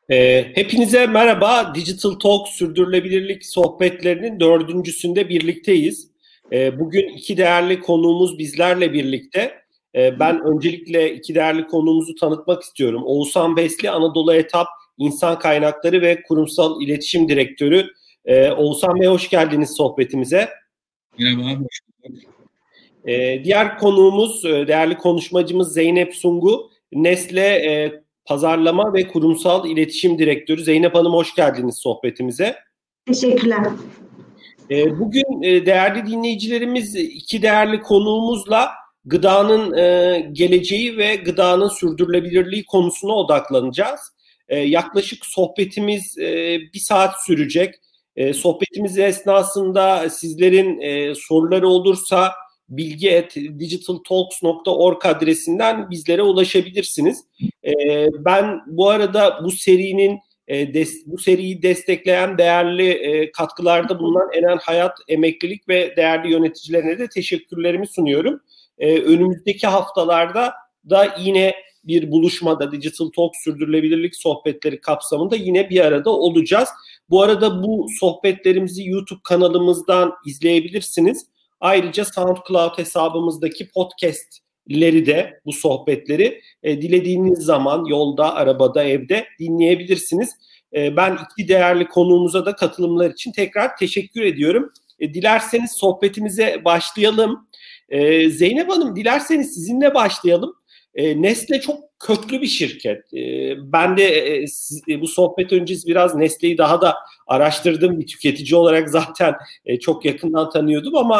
Hepinize merhaba. Digital Talk sürdürülebilirlik sohbetlerinin dördüncüsünde birlikteyiz. Bugün iki değerli konuğumuz bizlerle birlikte. Ben öncelikle iki değerli konuğumuzu tanıtmak istiyorum. Oğuzhan Besli, Anadolu Etap İnsan Kaynakları ve Kurumsal İletişim Direktörü. Oğuzhan Bey, hoş geldiniz sohbetimize. Merhaba, hoş bulduk. Diğer konuğumuz, değerli konuşmacımız Zeynep Sungu, Nestle Pazarlama ve Kurumsal İletişim Direktörü. Zeynep Hanım, hoş geldiniz sohbetimize. Teşekkürler. Bugün değerli dinleyicilerimiz iki değerli konuğumuzla gıdanın geleceği ve gıdanın sürdürülebilirliği konusuna odaklanacağız. Yaklaşık sohbetimiz bir saat sürecek. Sohbetimiz esnasında sizlerin soruları olursa bilgi@digitaltalks.org adresinden bizlere ulaşabilirsiniz. Ben bu arada bu seriyi destekleyen değerli katkılarda bulunan Enen Hayat Emeklilik ve değerli yöneticilerine de teşekkürlerimi sunuyorum. Önümüzdeki haftalarda da yine bir buluşmada Digital Talk sürdürülebilirlik sohbetleri kapsamında yine bir arada olacağız. Bu arada bu sohbetlerimizi YouTube kanalımızdan izleyebilirsiniz. Ayrıca SoundCloud hesabımızdaki podcastleri de bu sohbetleri dilediğiniz zaman yolda, arabada, evde dinleyebilirsiniz. Ben iki değerli konuğumuza da katılımlar için tekrar teşekkür ediyorum. Dilerseniz sohbetimize başlayalım. Zeynep Hanım, dilerseniz sizinle başlayalım. Nestle çok köklü bir şirket. Ben de bu sohbet öncesi biraz Nestle'yi daha da araştırdım. Bir tüketici olarak zaten çok yakından tanıyordum ama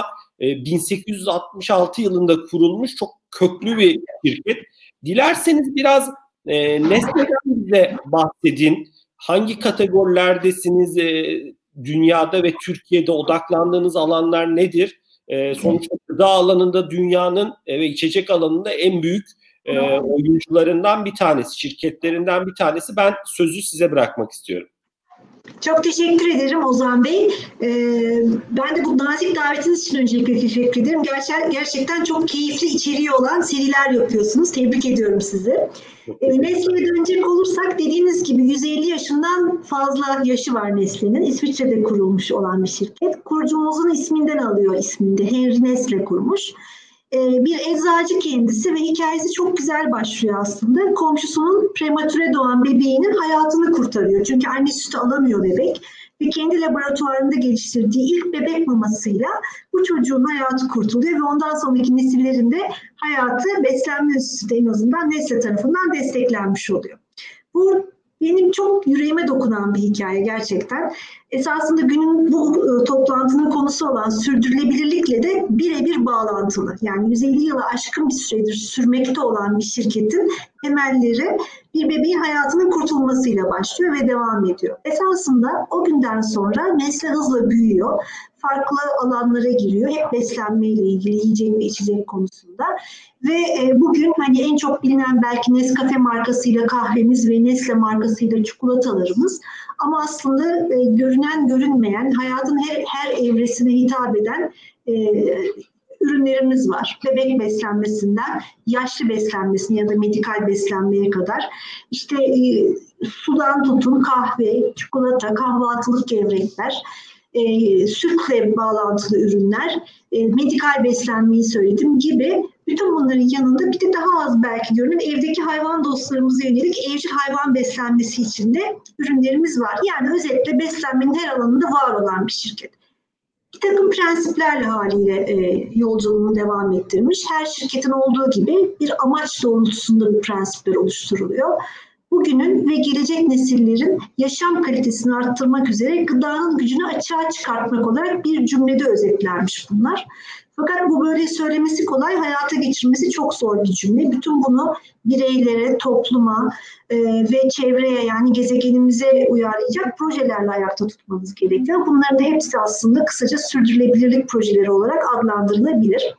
1866 yılında kurulmuş çok köklü bir şirket. Dilerseniz biraz Nestle'den bize bahsedin. Hangi kategorilerdesiniz? Dünyada ve Türkiye'de odaklandığınız alanlar nedir? Sonuçta gıda alanında dünyanın ve içecek alanında en büyük oyuncularından bir tanesi, şirketlerinden bir tanesi. Ben sözü size bırakmak istiyorum. Çok teşekkür ederim Ozan Bey. Ben de bu nazik davetiniz için öncelikle teşekkür ederim. Gerçekten çok keyifli içeriği olan seriler yapıyorsunuz. Tebrik ediyorum sizi. Nestle'ye dönecek olursak dediğiniz gibi 150 yaşından fazla yaşı var Nestle'nin. İsviçre'de kurulmuş olan bir şirket. Kurucumuzun isminden alıyor ismini de. Henry Nestle kurmuş. Bir eczacı kendisi ve hikayesi çok güzel başlıyor aslında. Komşusunun prematüre doğan bebeğinin hayatını kurtarıyor. Çünkü anne sütü alamıyor bebek. Ve kendi laboratuvarında geliştirdiği ilk bebek mamasıyla bu çocuğun hayatı kurtuluyor. Ve ondan sonraki nesillerinde hayatı beslenme enstitüsü en azından Nestle tarafından desteklenmiş oluyor. Bu benim çok yüreğime dokunan bir hikaye gerçekten. Esasında günün bu toplantının konusu olan sürdürülebilirlikle de birebir bağlantılı. Yani 150 yılı aşkın bir süredir sürmekte olan bir şirketin temelleri bir bebeğin hayatının kurtulmasıyla başlıyor ve devam ediyor. Esasında o günden sonra Nestle hızla büyüyor. Farklı alanlara giriyor. Hep beslenmeyle ilgili yiyecek ve içecek konusunda. Ve bugün hani en çok bilinen belki Nescafe markasıyla kahvemiz ve Nestle markasıyla çikolatalarımız. Ama aslında görünen görünmeyen, hayatın her evresine hitap eden ürünlerimiz var. Bebek beslenmesinden yaşlı beslenmesine ya da medikal beslenmeye kadar. İşte sudan tutun kahve, çikolata, kahvaltılık gevrekler, sütle bağlantılı ürünler, medikal beslenmeyi söyledim gibi bütün bunların yanında bir de daha az belki görünen evdeki hayvan dostlarımıza yönelik evcil hayvan beslenmesi için de ürünlerimiz var. Yani özetle beslenmenin her alanında var olan bir şirket. Bir takım prensiplerle haliyle yolculuğunu devam ettirmiş. Her şirketin olduğu gibi bir amaç doğrultusunda bu prensipler oluşturuluyor. Bugünün ve gelecek nesillerin yaşam kalitesini arttırmak üzere gıdanın gücünü açığa çıkartmak olarak bir cümlede özetlenmiş bunlar. Fakat bu böyle söylemesi kolay, hayata geçirmesi çok zor bir cümle. Bütün bunu bireylere, topluma ve çevreye yani gezegenimize uyarlayacak projelerle ayakta tutmamız gerekiyor. Bunların da hepsi aslında kısaca sürdürülebilirlik projeleri olarak adlandırılabilir.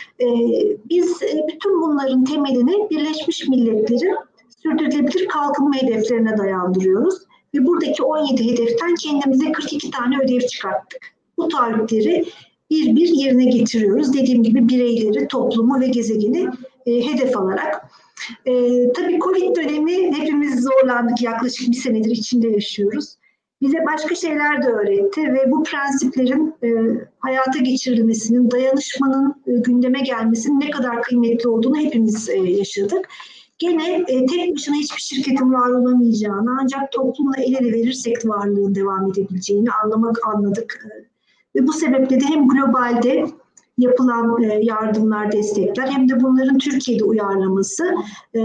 Biz bütün bunların temelini Birleşmiş Milletler'in sürdürülebilir kalkınma hedeflerine dayandırıyoruz. Ve buradaki 17 hedeften kendimize 42 tane ödev çıkarttık. Bu taahhütleri bir bir yerine getiriyoruz. Dediğim gibi bireyleri, toplumu ve gezegeni hedef alarak. Tabii Covid dönemi hepimiz zorlandı. da yaklaşık bir senedir içinde yaşıyoruz. Bize başka şeyler de öğretti ve bu prensiplerin hayata geçirilmesinin, dayanışmanın gündeme gelmesinin ne kadar kıymetli olduğunu hepimiz yaşadık. Gene tek başına hiçbir şirketin var olamayacağını, ancak toplumla el ele verirsek varlığın devam edebileceğini anladık. Ve bu sebeple de hem globalde yapılan yardımlar, destekler hem de bunların Türkiye'de uyarlaması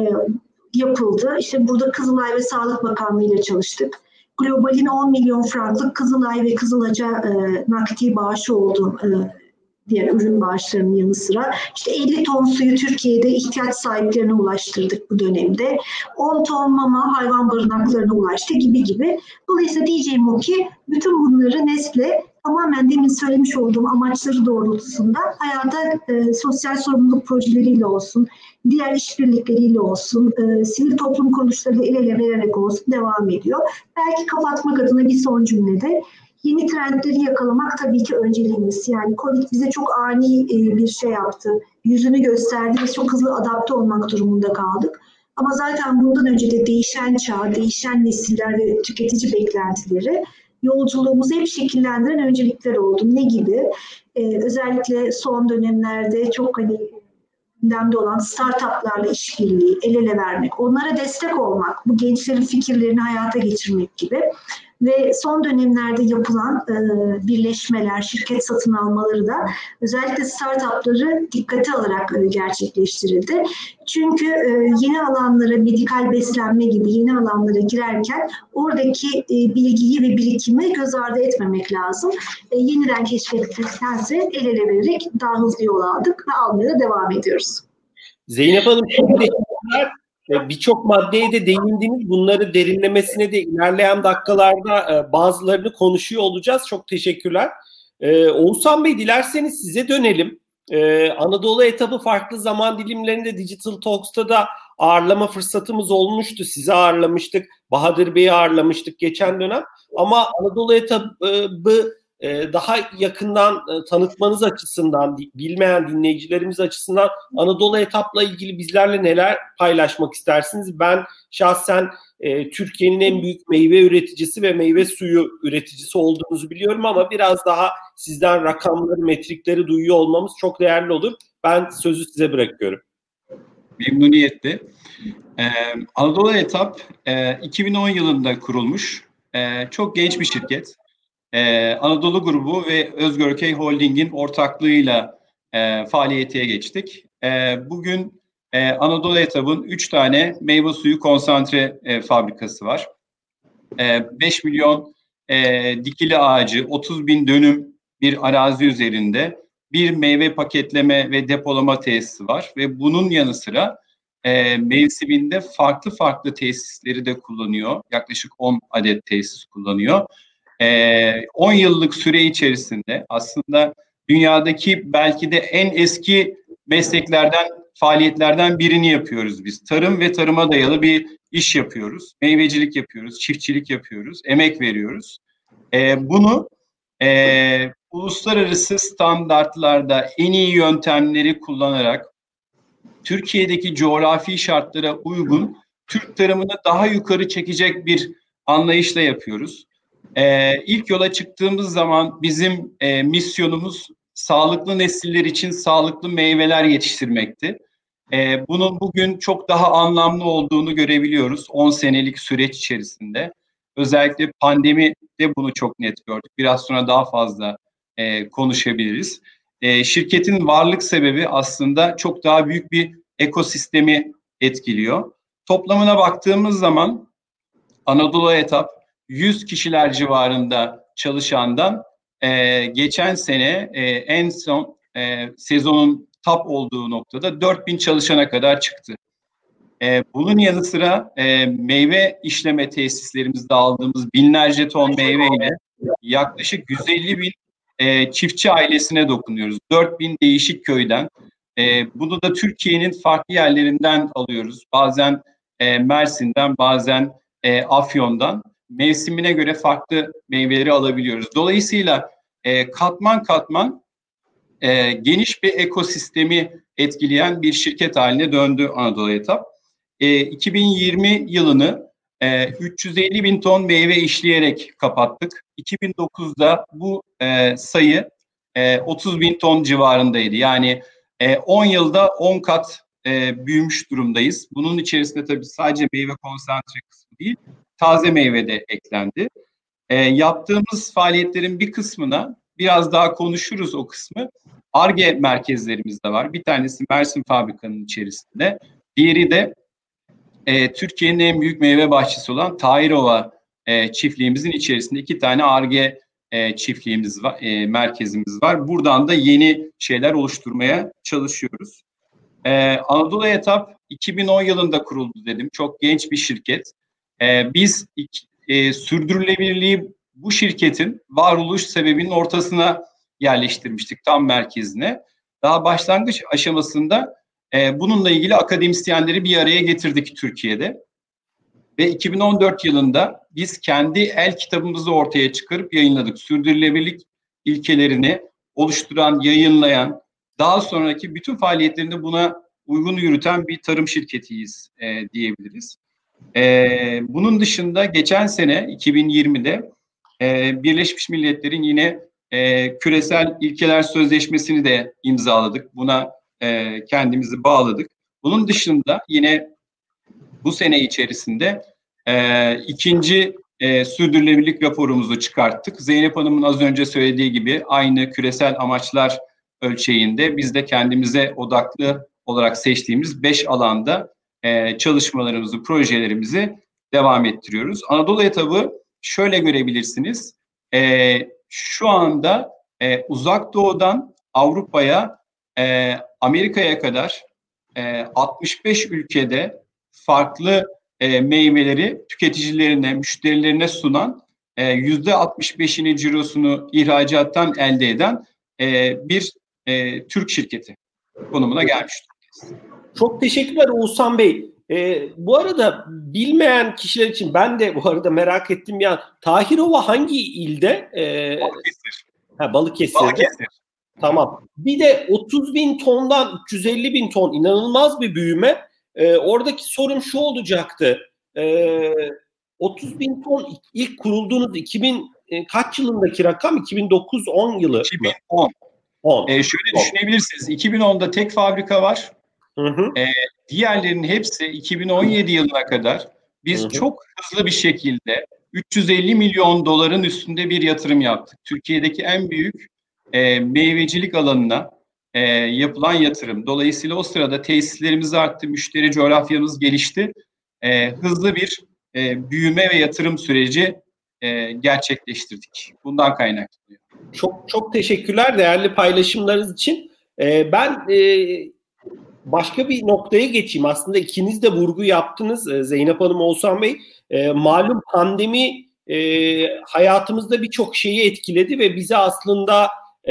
yapıldı. İşte burada Kızılay ve Sağlık Bakanlığı ile çalıştık. Global'in 10 milyon franklık Kızılay ve Kızılac'a nakdi bağışı oldu. Diğer ürün bağışlarının yanı sıra. İşte 50 ton suyu Türkiye'de ihtiyaç sahiplerine ulaştırdık bu dönemde. 10 ton mama hayvan barınaklarına ulaştı gibi. Dolayısıyla diyeceğim o ki bütün bunları Nestle tamamen demin söylemiş olduğum amaçları doğrultusunda hayata sosyal sorumluluk projeleriyle olsun, diğer işbirlikleriyle olsun, sivil toplum kuruluşlarıyla el ele vererek olsun devam ediyor. Belki kapatmak adına bir son cümlede yeni trendleri yakalamak tabii ki önceliğimiz. Yani Covid bize çok ani bir şey yaptı, yüzünü gösterdi ve çok hızlı adapte olmak durumunda kaldık. Ama zaten bundan önce de değişen çağ, değişen nesiller ve tüketici beklentileri yolculuğumuzu hep şekillendiren öncelikler oldu. Ne gibi? Özellikle son dönemlerde çok gündemde olan startuplarla işbirliği, el ele vermek, onlara destek olmak, bu gençlerin fikirlerini hayata geçirmek gibi. Ve son dönemlerde yapılan birleşmeler, şirket satın almaları da özellikle startupları dikkate alarak gerçekleştirildi. Çünkü yeni alanlara, medikal beslenme gibi yeni alanlara girerken oradaki bilgiyi ve birikimi göz ardı etmemek lazım. Yeniden keşfettiklerse el ele vererek daha hızlı yol aldık ve almaya devam ediyoruz. Zeynep Hanım, çok teşekkürler. Birçok maddeye de değindiniz. Bunları derinlemesine de ilerleyen dakikalarda bazılarını konuşuyor olacağız. Çok teşekkürler. Oğuzhan Bey, dilerseniz size dönelim. Anadolu etabı farklı zaman dilimlerinde Digital Talks'ta da ağırlama fırsatımız olmuştu. Sizi ağırlamıştık. Bahadır Bey'i ağırlamıştık geçen dönem. Ama Anadolu etabı daha yakından tanıtmanız açısından, bilmeyen dinleyicilerimiz açısından Anadolu etapla ilgili bizlerle neler paylaşmak istersiniz? Ben şahsen Türkiye'nin en büyük meyve üreticisi ve meyve suyu üreticisi olduğunuzu biliyorum ama biraz daha sizden rakamları, metrikleri duyuyor olmamız çok değerli olur. Ben sözü size bırakıyorum. Memnuniyetle. Anadolu Etap 2010 yılında kurulmuş. Çok genç bir şirket. Anadolu Grubu ve Özgörkey Holding'in ortaklığıyla faaliyete geçtik. Bugün Anadolu Etap'ın 3 tane meyve suyu konsantre fabrikası var. 5 milyon dikili ağacı, 30 bin dönüm bir arazi üzerinde bir meyve paketleme ve depolama tesisi var. Ve bunun yanı sıra mevsiminde farklı tesisleri de kullanıyor. Yaklaşık 10 adet tesis kullanıyor. 10 yıllık süre içerisinde aslında dünyadaki belki de en eski mesleklerden, faaliyetlerden birini yapıyoruz biz. Tarım ve tarıma dayalı bir iş yapıyoruz. Meyvecilik yapıyoruz, çiftçilik yapıyoruz, emek veriyoruz. Bunu uluslararası standartlarda en iyi yöntemleri kullanarak Türkiye'deki coğrafi şartlara uygun Türk tarımını daha yukarı çekecek bir anlayışla yapıyoruz. İlk yola çıktığımız zaman bizim misyonumuz sağlıklı nesiller için sağlıklı meyveler yetiştirmekti. Bunun bugün çok daha anlamlı olduğunu görebiliyoruz 10 senelik süreç içerisinde. Özellikle pandemide bunu çok net gördük. Biraz sonra daha fazla konuşabiliriz. Şirketin varlık sebebi aslında çok daha büyük bir ekosistemi etkiliyor. Toplamına baktığımız zaman Anadolu Etap 100 kişiler civarında çalışandan geçen sene en son sezonun top olduğu noktada 4000 çalışana kadar çıktı. Bunun yanı sıra meyve işleme tesislerimizde aldığımız binlerce ton meyveyle yaklaşık 150 bin çiftçi ailesine dokunuyoruz. 4000 değişik köyden. Bunu da Türkiye'nin farklı yerlerinden alıyoruz. Bazen Mersin'den, bazen Afyon'dan. Mevsimine göre farklı meyveleri alabiliyoruz. Dolayısıyla katman katman geniş bir ekosistemi etkileyen bir şirket haline döndü Anadolu Etap. 2020 yılını 350 bin ton meyve işleyerek kapattık. 2009'da bu sayı 30 bin ton civarındaydı. Yani 10 yılda 10 kat büyümüş durumdayız. Bunun içerisinde tabii sadece meyve konsantre kısmı değil, taze meyve de eklendi. Yaptığımız faaliyetlerin bir kısmına biraz daha konuşuruz o kısmı. Ar-Ge merkezlerimiz de var. Bir tanesi Mersin fabrikanın içerisinde. Diğeri de Türkiye'nin en büyük meyve bahçesi olan Tahirova çiftliğimizin içerisinde 2 tane Ar-Ge çiftliğimiz var, merkezimiz var. Buradan da yeni şeyler oluşturmaya çalışıyoruz. Anadolu Etap 2010 yılında kuruldu dedim. Çok genç bir şirket. Biz sürdürülebilirliği bu şirketin varoluş sebebinin ortasına yerleştirmiştik, tam merkezine. Daha başlangıç aşamasında bununla ilgili akademisyenleri bir araya getirdik Türkiye'de. Ve 2014 yılında biz kendi el kitabımızı ortaya çıkarıp yayınladık. Sürdürülebilirlik ilkelerini oluşturan, yayınlayan, daha sonraki bütün faaliyetlerini buna uygun yürüten bir tarım şirketiyiz diyebiliriz. Bunun dışında geçen sene 2020'de Birleşmiş Milletler'in yine küresel ilkeler sözleşmesini de imzaladık. Buna kendimizi bağladık. Bunun dışında yine bu sene içerisinde ikinci sürdürülebilirlik raporumuzu çıkarttık. Zeynep Hanım'ın az önce söylediği gibi aynı küresel amaçlar ölçeğinde biz de kendimize odaklı olarak seçtiğimiz 5 alanda çalışmalarımızı, projelerimizi devam ettiriyoruz. Anadolu Etabı şöyle görebilirsiniz. Şu anda Uzak Doğu'dan Avrupa'ya, Amerika'ya kadar 65 ülkede farklı meyveleri tüketicilerine, müşterilerine sunan, %65'ini cirosunu ihracattan elde eden bir Türk şirketi konumuna gelmiştir. Çok teşekkürler Oğuzhan Bey. Bu arada bilmeyen kişiler için ben de bu arada merak ettim ya. Tahirova hangi ilde? Balıkesir. Balıkesir'de. Balıkesir. Tamam. Bir de 30 bin tondan 350 bin ton inanılmaz bir büyüme. Oradaki sorum şu olacaktı. 30 bin ton ilk kurulduğunuz 2000 kaç yılındaki rakam? 2009-10 yılı 2010. 10. Şöyle düşünebilirsiniz. 2010'da tek fabrika var. Hı. Diğerlerinin hepsi 2017 yılına kadar biz çok hızlı bir şekilde 350 milyon doların üstünde bir yatırım yaptık. Türkiye'deki en büyük meyvecilik alanına yapılan yatırım. Dolayısıyla o sırada tesislerimiz arttı, müşteri coğrafyamız gelişti. Hızlı bir büyüme ve yatırım süreci gerçekleştirdik. Bundan kaynaklanıyor. Çok teşekkürler değerli paylaşımlarınız için. Ben başka bir noktaya geçeyim. Aslında ikiniz de vurgu yaptınız Zeynep Hanım, Oğuzhan Bey. Malum pandemi hayatımızda birçok şeyi etkiledi ve bize aslında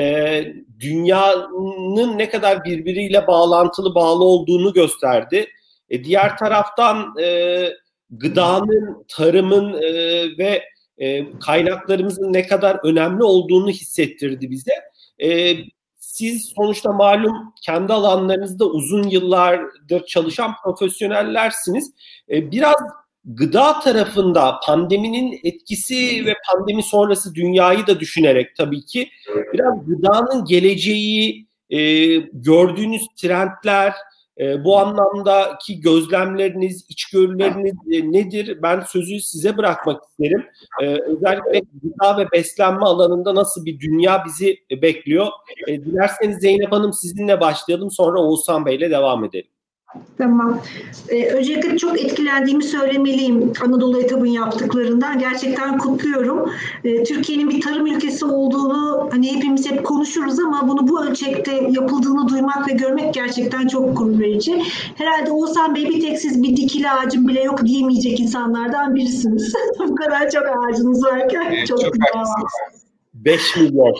dünyanın ne kadar birbiriyle bağlı olduğunu gösterdi. Diğer taraftan gıdanın, tarımın ve kaynaklarımızın ne kadar önemli olduğunu hissettirdi bize. Siz sonuçta malum kendi alanlarınızda uzun yıllardır çalışan profesyonellersiniz. Biraz gıda tarafında pandeminin etkisi ve pandemi sonrası dünyayı da düşünerek tabii ki biraz gıdanın geleceği, gördüğünüz trendler, bu anlamdaki gözlemleriniz, içgörüleriniz nedir? Ben sözü size bırakmak isterim. Özellikle gıda ve beslenme alanında nasıl bir dünya bizi bekliyor? Dilerseniz Zeynep Hanım sizinle başlayalım, sonra Oğuzhan Bey'le devam edelim. Tamam. Öncelikle çok etkilendiğimi söylemeliyim Anadolu Etab'ın yaptıklarından. Gerçekten kutluyorum. Türkiye'nin bir tarım ülkesi olduğunu hani hepimiz hep konuşuruz ama bunu bu ölçekte yapıldığını duymak ve görmek gerçekten çok gurur verici. Herhalde Oğuzhan Bey bir tek siz bir dikili ağacım bile yok diyemeyecek insanlardan birisiniz. Bu kadar çok ağacınız varken evet, çok güzel. 5 milyon.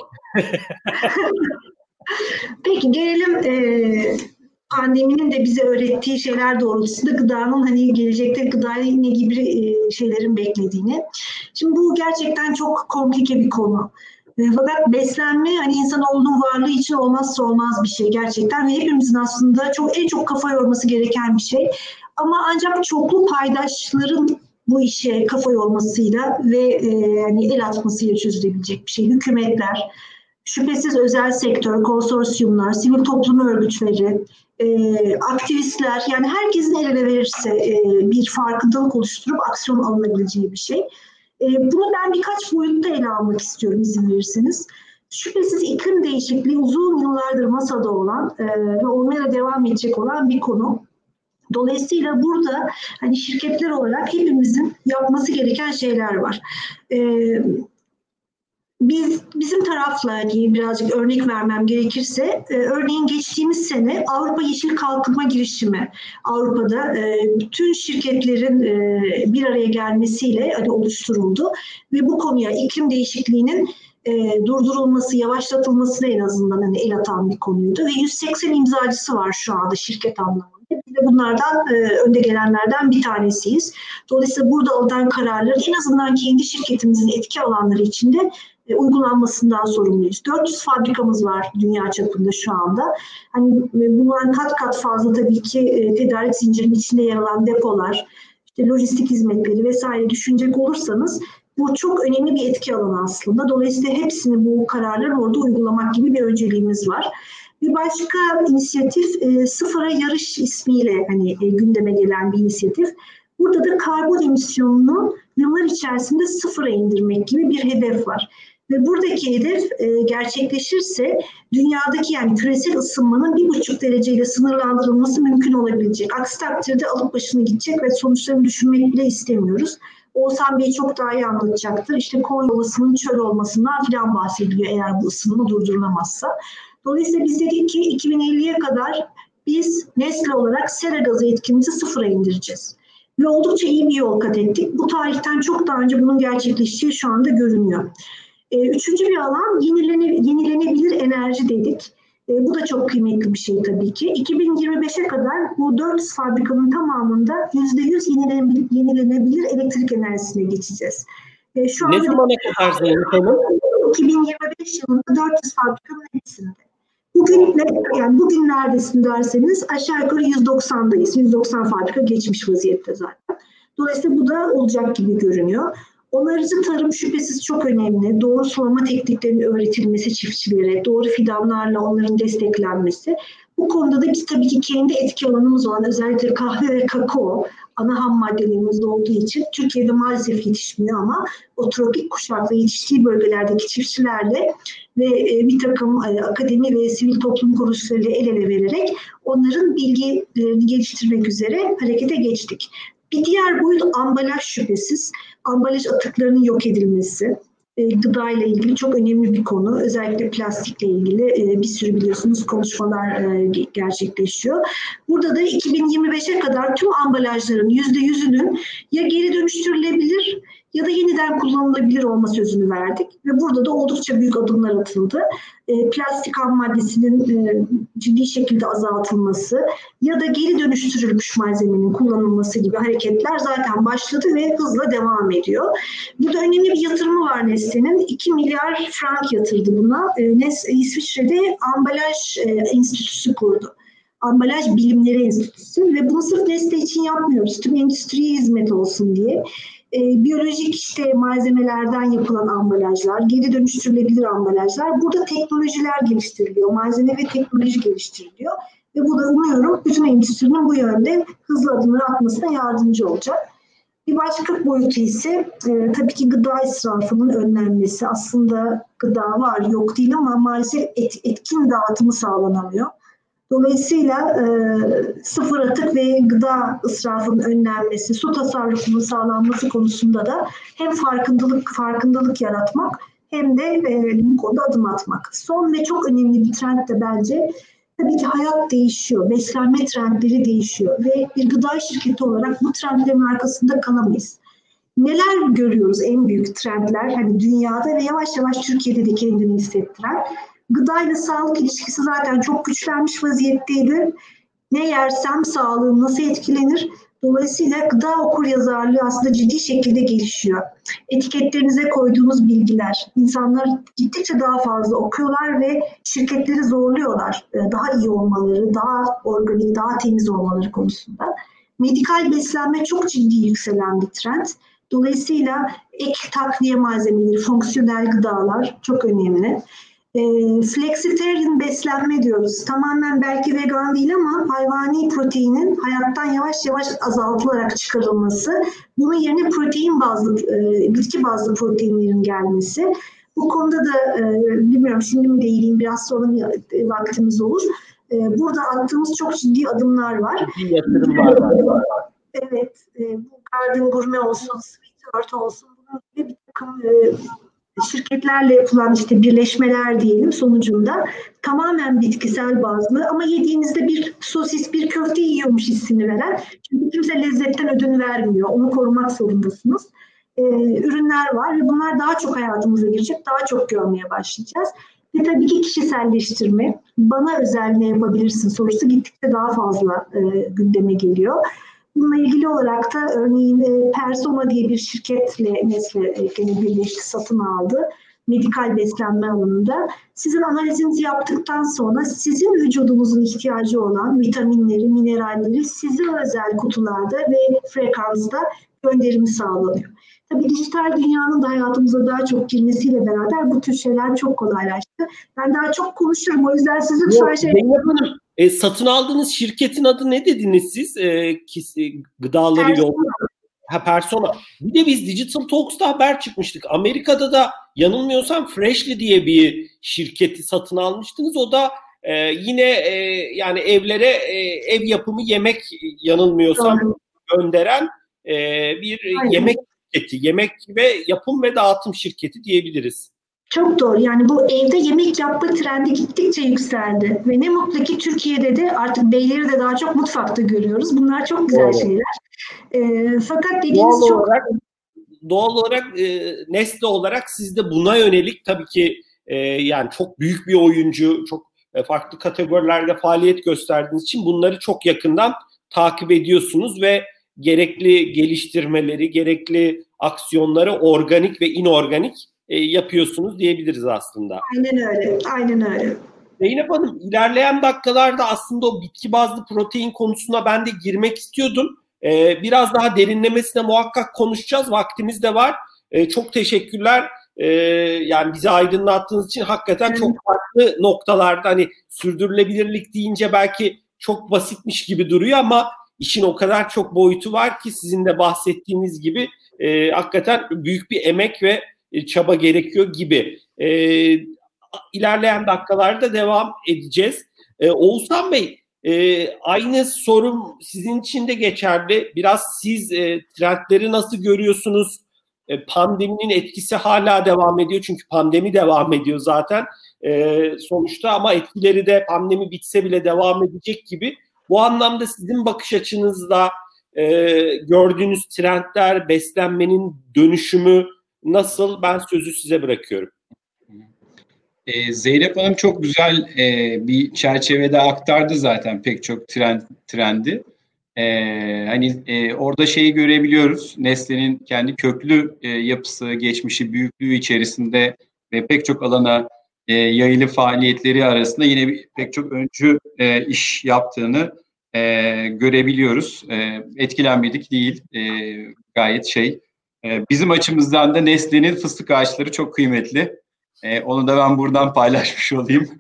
Peki gelelim pandeminin de bize öğrettiği şeyler doğrultusunda gıdanın hani gelecekte gıdayı ne gibi şeylerin beklediğini. Şimdi bu gerçekten çok komplike bir konu. Fakat beslenme hani insanoğlunun varlığı için olmazsa olmaz bir şey gerçekten ve hepimizin aslında en çok kafa yorması gereken bir şey. Ama ancak çoklu paydaşların bu işe kafa yormasıyla ve yani el atmasıyla çözülebilecek bir şey. Hükümetler, şüphesiz özel sektör, konsorsiyumlar, sivil toplum örgütleri, aktivistler, yani herkesin el ele verirse bir farkındalık oluşturup aksiyon alınabileceği bir şey. Bunu ben birkaç boyutta ele almak istiyorum izin verirseniz. Şüphesiz iklim değişikliği uzun yıllardır masada olan ve olmaya devam edecek olan bir konu. Dolayısıyla burada hani şirketler olarak hepimizin yapması gereken şeyler var. Bizim tarafla hani birazcık örnek vermem gerekirse, örneğin geçtiğimiz sene Avrupa Yeşil Kalkınma Girişimi, Avrupa'da bütün şirketlerin bir araya gelmesiyle hani oluşturuldu ve bu konuya iklim değişikliğinin durdurulması, yavaşlatılmasına en azından hani el atan bir konuydu ve 180 imzacısı var şu anda şirket anlamında. Biz de bunlardan önde gelenlerden bir tanesiyiz. Dolayısıyla burada alınan kararlar en azından kendi şirketimizin etki alanları içinde uygulanmasından sorumluyuz. 400 fabrikamız var dünya çapında şu anda. Hani bunların kat kat fazla tabii ki tedarik zincirinin içinde yer alan depolar, işte lojistik hizmetleri vesaire düşünecek olursanız bu çok önemli bir etki alanı aslında. Dolayısıyla hepsini bu kararları orada uygulamak gibi bir önceliğimiz var. Bir başka inisiyatif Sıfıra Yarış ismiyle hani gündeme gelen bir inisiyatif. Burada da karbon emisyonunu yıllar içerisinde sıfıra indirmek gibi bir hedef var. Ve buradaki hedef gerçekleşirse dünyadaki yani küresel ısınmanın 1,5 dereceyle sınırlandırılması mümkün olabilecek. Aksi takdirde alıp başını gidecek ve sonuçlarını düşünmek bile istemiyoruz. Oğuzhan Bey çok daha iyi anlatacaktır. İşte Konya Ovası'nın çöl olmasından filan bahsediliyor eğer bu ısınma durdurulamazsa. Dolayısıyla biz dedik ki 2050'ye kadar biz Nestle olarak sera gazı etkimizi sıfıra indireceğiz. Ve oldukça iyi bir yol kat ettik. Bu tarihten çok daha önce bunun gerçekleştiği şu anda görünüyor. Üçüncü bir alan yenilenebilir enerji dedik. Bu da çok kıymetli bir şey tabii ki. 2025'e kadar bu 400 fabrikanın tamamında %100 yenilenebilir elektrik enerjisine geçeceğiz. Şu ne zamana kadar Zeynep Hanım? 2025 yılında 400 fabrikanın hepsinde. Bugün neredesin derseniz aşağı yukarı 190'dayız. 190 fabrika geçmiş vaziyette zaten. Dolayısıyla bu da olacak gibi görünüyor. Onarıcı tarım şüphesiz çok önemli. Doğru sulama tekniklerinin öğretilmesi çiftçilere, doğru fidanlarla onların desteklenmesi. Bu konuda da biz tabii ki kendi etki alanımız olan özellikle kahve ve kakao ana ham maddelerimiz olduğu için Türkiye'de maalesef yetişmiyor ama o tropik kuşakta yetiştiği bölgelerdeki çiftçilerle ve bir takım akademi ve sivil toplum kuruluşlarıyla el ele vererek onların bilgilerini geliştirmek üzere harekete geçtik. Bir diğer boyut ambalaj şüphesiz. Ambalaj atıklarının yok edilmesi. Gıdayla ilgili çok önemli bir konu. Özellikle plastikle ilgili bir sürü biliyorsunuz konuşmalar gerçekleşiyor. Burada da 2025'e kadar tüm ambalajların %100'ünün ya geri dönüştürülebilir ya da yeniden kullanılabilir olma sözünü verdik. Ve burada da oldukça büyük adımlar atıldı. Plastik ham maddesinin ciddi şekilde azaltılması ya da geri dönüştürülmüş malzemenin kullanılması gibi hareketler zaten başladı ve hızla devam ediyor. Burada önemli bir yatırımı var Nestle'nin. 2 milyar frank yatırdı buna. İsviçre'de ambalaj enstitüsü kurdu. Ambalaj Bilimleri Enstitüsü ve bunu sırf Nestle için yapmıyoruz. Tüm endüstriye hizmet olsun diye. Biyolojik işte malzemelerden yapılan ambalajlar, geri dönüştürülebilir ambalajlar. Burada teknolojiler geliştiriliyor, malzeme ve teknoloji geliştiriliyor. Ve bu da umuyorum bütün endüstrinin bu yönde hızlı adımlar atmasına yardımcı olacak. Bir başka boyutu ise tabii ki gıda israfının önlenmesi. Aslında gıda var, yok değil ama maalesef etkin dağıtımı sağlanamıyor. Dolayısıyla sıfır atık ve gıda israfının önlenmesi, su tasarrufunun sağlanması konusunda da hem farkındalık yaratmak hem de bu konuda adım atmak. Son ve çok önemli bir trend de bence tabii ki hayat değişiyor, beslenme trendleri değişiyor ve bir gıda şirketi olarak bu trendlerin arkasında kalamayız. Neler görüyoruz en büyük trendler hani dünyada ve yavaş yavaş Türkiye'de de kendini hissettiren? Gıdayla sağlık ilişkisi zaten çok güçlenmiş vaziyetteydi. Ne yersem sağlığım nasıl etkilenir? Dolayısıyla gıda okuryazarlığı aslında ciddi şekilde gelişiyor. Etiketlerinize koyduğunuz bilgiler, insanlar gittikçe daha fazla okuyorlar ve şirketleri zorluyorlar. Daha iyi olmaları, daha organik, daha temiz olmaları konusunda. Medikal beslenme çok ciddi yükselen bir trend. Dolayısıyla ek takviye malzemeleri, fonksiyonel gıdalar çok önemli. Flexitarian beslenme diyoruz. Tamamen belki vegan değil ama hayvani proteinin hayattan yavaş yavaş azaltılarak çıkarılması. Bunun yerine protein bazlı, bitki bazlı proteinlerin gelmesi. Bu konuda da bilmiyorum şimdi mi değineyim, biraz sonra vaktimiz olur. Burada attığımız çok ciddi adımlar var. Ciddi yatırım var. Evet, bu Garden Gourmet olsun, Sweet Earth olsun, bunun gibi bir takım şirketlerle yapılan işte birleşmeler diyelim sonucunda tamamen bitkisel bazlı ama yediğinizde bir sosis, bir köfte yiyormuş hissini veren, çünkü kimse lezzetten ödün vermiyor, onu korumak zorundasınız. Ürünler var ve bunlar daha çok hayatımıza girecek, daha çok görmeye başlayacağız. Ve tabii ki kişiselleştirme, bana özel ne yapabilirsin sorusu gittikçe daha fazla gündeme geliyor. Bununla ilgili olarak da örneğin Persona diye bir şirketle Nestle birleşti, satın aldı. Medikal beslenme alanında. Sizin analizinizi yaptıktan sonra sizin vücudunuzun ihtiyacı olan vitaminleri, mineralleri size özel kutularda ve frekansta gönderimi sağlanıyor. Tabii dijital dünyanın da hayatımıza daha çok girmesiyle beraber bu tür şeyler çok kolaylaştı. Ben daha çok konuşurum, o yüzden siz lütfen Zeynep Hanım, satın aldığınız şirketin adı ne dediniz siz? Gıdalarıyla Persona. Bir de biz Digital Talks'ta haber çıkmıştık. Amerika'da da yanılmıyorsam Freshly diye bir şirketi satın almıştınız. O da yine yani evlere ev yapımı yemek yanılmıyorsam gönderen bir yemek şirketi. Yemek ve yapım ve dağıtım şirketi diyebiliriz. Çok doğru. Yani bu evde yemek yapma trendi gittikçe yükseldi. Ve ne mutlu ki Türkiye'de de artık beyleri de daha çok mutfakta görüyoruz. Bunlar çok güzel şeyler. Fakat dediğiniz doğal olarak Nestle olarak siz de buna yönelik tabii ki yani çok büyük bir oyuncu, çok farklı kategorilerde faaliyet gösterdiğiniz için bunları çok yakından takip ediyorsunuz ve gerekli geliştirmeleri, gerekli aksiyonları organik ve inorganik yapıyorsunuz diyebiliriz aslında. Aynen öyle, aynen öyle. Zeynep Hanım, ilerleyen dakikalarda aslında o bitki bazlı protein konusuna ben de girmek istiyordum. Biraz daha derinlemesine muhakkak konuşacağız. Vaktimiz de var. Çok teşekkürler. Yani bizi aydınlattığınız için hakikaten çok farklı noktalarda, hani sürdürülebilirlik deyince belki çok basitmiş gibi duruyor ama işin o kadar çok boyutu var ki sizin de bahsettiğiniz gibi hakikaten büyük bir emek ve çaba gerekiyor gibi. İlerleyen dakikalarda devam edeceğiz. Oğuzhan Bey, aynı sorum sizin için de geçerli. Biraz siz trendleri nasıl görüyorsunuz? Pandeminin etkisi hala devam ediyor. Çünkü pandemi devam ediyor zaten sonuçta ama etkileri de pandemi bitse bile devam edecek gibi. Bu anlamda sizin bakış açınızda gördüğünüz trendler, beslenmenin dönüşümü nasıl? Ben sözü size bırakıyorum. Zeynep Hanım çok güzel bir çerçevede aktardı zaten pek çok trendi. Hani orada şeyi görebiliyoruz. Nestle'nin kendi köklü yapısı, geçmişi, büyüklüğü içerisinde ve pek çok alana yayılı faaliyetleri arasında yine pek çok öncü iş yaptığını görebiliyoruz. Etkilenmedik değil. Gayet bizim açımızdan da Nestle'nin fıstık ağaçları çok kıymetli. Onu da ben buradan paylaşmış olayım.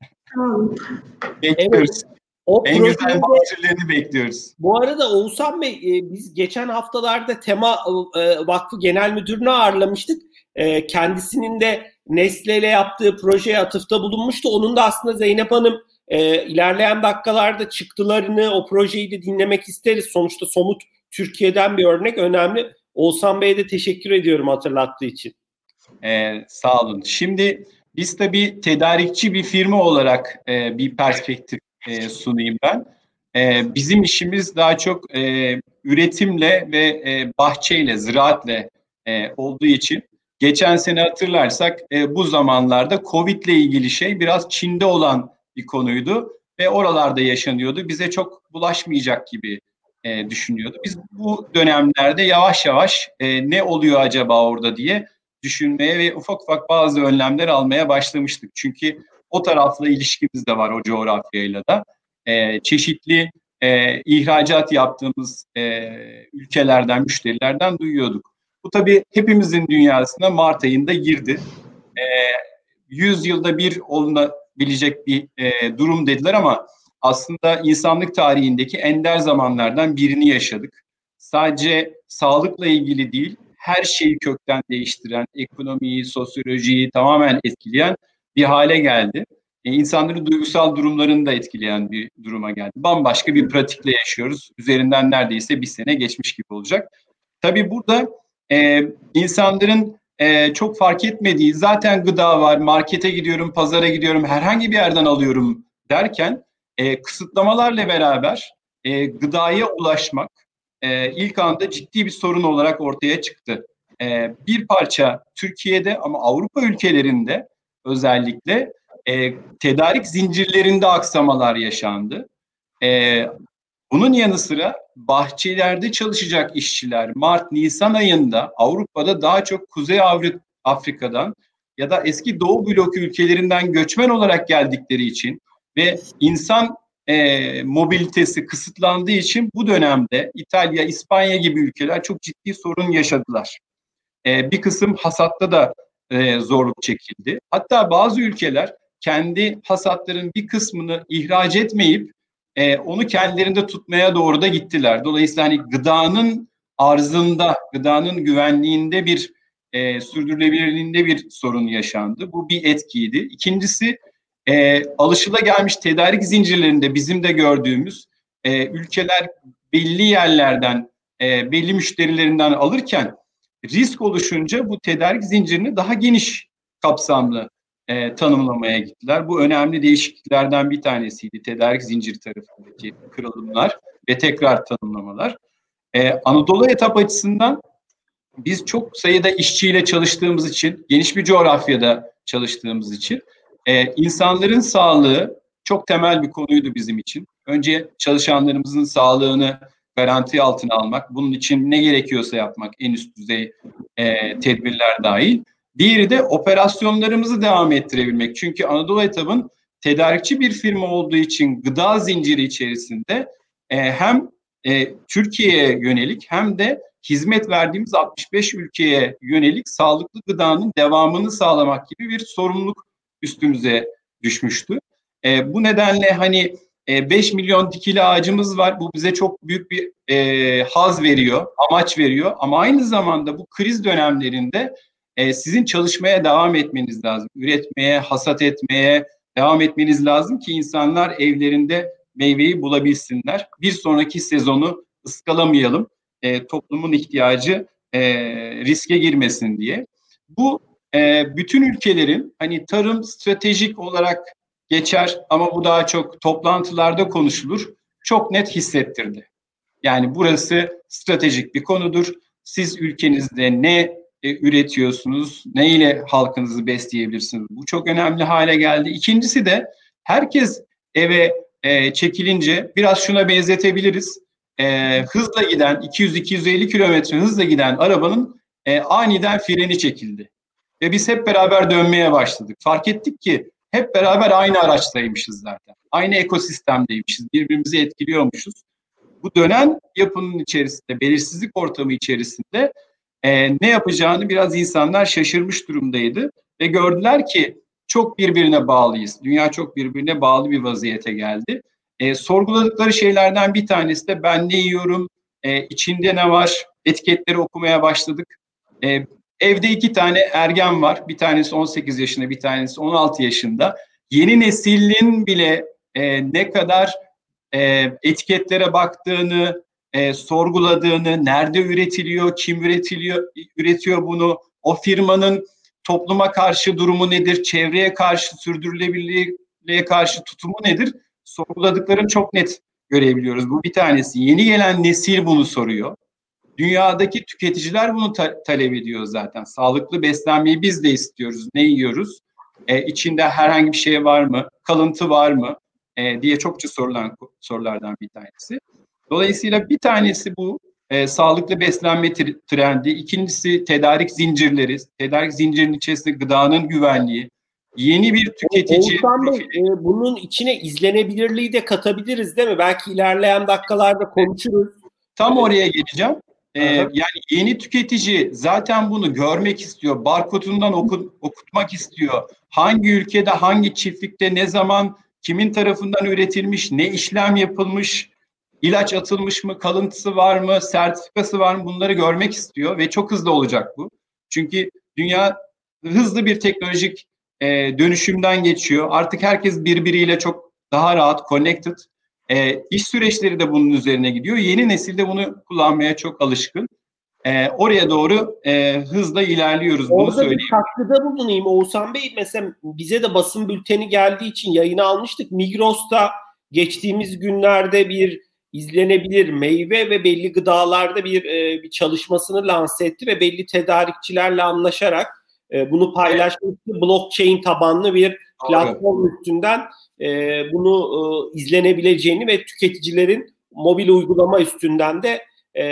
Bekliyoruz. Evet. En güzel mahsullerini bekliyoruz. Bu arada Oğuzhan Bey, biz geçen haftalarda Tema Vakfı Genel Müdürünü ağırlamıştık. Kendisinin de Nestle ile yaptığı projeye atıfta bulunmuştu. Onun da aslında Zeynep Hanım ilerleyen dakikalarda çıktılarını, o projeyi de dinlemek isteriz. Sonuçta somut Türkiye'den bir örnek önemli. Oğuzhan Bey'e de teşekkür ediyorum hatırlattığı için. Sağ olun. Şimdi biz tabii tedarikçi bir firma olarak bir perspektif sunayım ben. Bizim işimiz daha çok üretimle ve bahçeyle, ziraatle olduğu için geçen sene hatırlarsak bu zamanlarda Covid ile ilgili şey biraz Çin'de olan bir konuydu ve oralarda yaşanıyordu. Bize çok bulaşmayacak gibi düşünüyordu. Biz bu dönemlerde yavaş yavaş ne oluyor acaba orada diye düşünmeye ve ufak ufak bazı önlemler almaya başlamıştık. Çünkü o tarafla ilişkimiz de var o coğrafyayla da. Çeşitli ihracat yaptığımız ülkelerden, müşterilerden duyuyorduk. Bu tabii hepimizin dünyasına Mart ayında girdi. 100 yılda bir olunabilecek bir durum dediler ama aslında insanlık tarihindeki ender zamanlardan birini yaşadık. Sadece sağlıkla ilgili değil, her şeyi kökten değiştiren, ekonomiyi, sosyolojiyi tamamen etkileyen bir hale geldi. İnsanların duygusal durumlarını da etkileyen bir duruma geldi. Bambaşka bir pratikle yaşıyoruz. Üzerinden neredeyse bir sene geçmiş gibi olacak. Tabii burada insanların çok fark etmediği, zaten gıda var, markete gidiyorum, pazara gidiyorum, herhangi bir yerden alıyorum derken kısıtlamalarla beraber gıdaya ulaşmak ilk anda ciddi bir sorun olarak ortaya çıktı. Bir parça Türkiye'de ama Avrupa ülkelerinde özellikle tedarik zincirlerinde aksamalar yaşandı. Bunun yanı sıra bahçelerde çalışacak işçiler Mart-Nisan ayında Avrupa'da daha çok Kuzey Afrika'dan ya da eski Doğu bloku ülkelerinden göçmen olarak geldikleri için ve insan mobilitesi kısıtlandığı için bu dönemde İtalya, İspanya gibi ülkeler çok ciddi sorun yaşadılar. Bir kısım hasatta da zorluk çekildi. Hatta bazı ülkeler kendi hasatların bir kısmını ihraç etmeyip onu kendilerinde tutmaya doğru da gittiler. Dolayısıyla hani gıdanın arzında, gıdanın güvenliğinde bir sürdürülebilirliğinde bir sorun yaşandı. Bu bir etkiydi. İkincisi alışılagelmiş tedarik zincirlerinde bizim de gördüğümüz ülkeler belli yerlerden, belli müşterilerinden alırken risk oluşunca bu tedarik zincirini daha geniş kapsamlı tanımlamaya gittiler. Bu önemli değişikliklerden bir tanesiydi. Tedarik zinciri tarafındaki kırılımlar ve tekrar tanımlamalar. Anadolu etap açısından biz çok sayıda işçiyle çalıştığımız için, geniş bir coğrafyada çalıştığımız için insanların sağlığı çok temel bir konuydu bizim için. Önce çalışanlarımızın sağlığını garanti altına almak, bunun için ne gerekiyorsa yapmak, en üst düzey tedbirler dahil. Diğeri de operasyonlarımızı devam ettirebilmek. Çünkü Anadolu Etap'ın tedarikçi bir firma olduğu için gıda zinciri içerisinde hem Türkiye'ye yönelik hem de hizmet verdiğimiz 65 ülkeye yönelik sağlıklı gıdanın devamını sağlamak gibi bir sorumluluk üstümüze düşmüştü. Bu nedenle hani 5 milyon dikili ağacımız var. Bu bize çok büyük bir haz veriyor, amaç veriyor. Ama aynı zamanda bu kriz dönemlerinde sizin çalışmaya devam etmeniz lazım. Üretmeye, hasat etmeye devam etmeniz lazım ki insanlar evlerinde meyveyi bulabilsinler. Bir sonraki sezonu ıskalamayalım. Toplumun ihtiyacı riske girmesin diye. Bu bütün ülkelerin hani tarım stratejik olarak geçer ama bu daha çok toplantılarda konuşulur. Çok net hissettirdi. Yani burası stratejik bir konudur. Siz ülkenizde ne üretiyorsunuz, ne ile halkınızı besleyebilirsiniz? Bu çok önemli hale geldi. İkincisi de herkes eve çekilince biraz şuna benzetebiliriz. Hızla giden 200-250 kilometre hızla giden arabanın aniden freni çekildi. Ve biz hep beraber dönmeye başladık. Fark ettik ki hep beraber aynı araçtaymışız zaten. Aynı ekosistemdeymişiz. Birbirimizi etkiliyormuşuz. Bu dönen yapının içerisinde, belirsizlik ortamı içerisinde ne yapacağını biraz insanlar şaşırmış durumdaydı. Ve gördüler ki çok birbirine bağlıyız. Dünya çok birbirine bağlı bir vaziyete geldi. Sorguladıkları şeylerden bir tanesi de ben ne yiyorum, içinde ne var, etiketleri okumaya başladık. Evde 2 tane ergen var. Bir tanesi 18 yaşında, bir tanesi 16 yaşında. Yeni neslin bile ne kadar etiketlere baktığını, sorguladığını, nerede üretiliyor, kim üretiyor bunu, o firmanın topluma karşı durumu nedir, çevreye karşı, sürdürülebilirliğe karşı tutumu nedir? Sorguladıklarını çok net görebiliyoruz. Bu bir tanesi. Yeni gelen nesil bunu soruyor. Dünyadaki tüketiciler bunu talep ediyor zaten. Sağlıklı beslenmeyi biz de istiyoruz. Ne yiyoruz? İçinde herhangi bir şey var mı? Kalıntı var mı? Diye çokça sorulan sorulardan bir tanesi. Dolayısıyla bir tanesi bu sağlıklı beslenme trendi. İkincisi tedarik zincirleri. Tedarik zincirinin içerisinde gıdanın güvenliği. yeni bir tüketici Oğuzhan Bey, profili. bunun içine izlenebilirliği de katabiliriz değil mi? Belki ilerleyen dakikalarda konuşuruz. Tam oraya geleceğim. Aha. Yani yeni tüketici zaten bunu görmek istiyor. Barkodundan okutmak istiyor. Hangi ülkede, hangi çiftlikte, ne zaman, kimin tarafından üretilmiş, ne işlem yapılmış, ilaç atılmış mı, kalıntısı var mı, sertifikası var mı, bunları görmek istiyor ve çok hızlı olacak bu. Çünkü dünya hızlı bir teknolojik dönüşümden geçiyor. Artık herkes birbiriyle çok daha rahat, connected. İş süreçleri de bunun üzerine gidiyor. Yeni nesil de bunu kullanmaya çok alışkın. Oraya doğru hızla ilerliyoruz, bunu Orada bir söyleyeyim. katkıda bulunayım Oğuzhan Bey. Mesela bize de basın bülteni geldiği için yayını almıştık. Migros'ta geçtiğimiz günlerde bir izlenebilir meyve ve belli gıdalarda bir çalışmasını lanse etti ve belli tedarikçilerle anlaşarak bunu paylaşmıştı. Blockchain tabanlı bir platform üstünden bunu izlenebileceğini ve tüketicilerin mobil uygulama üstünden de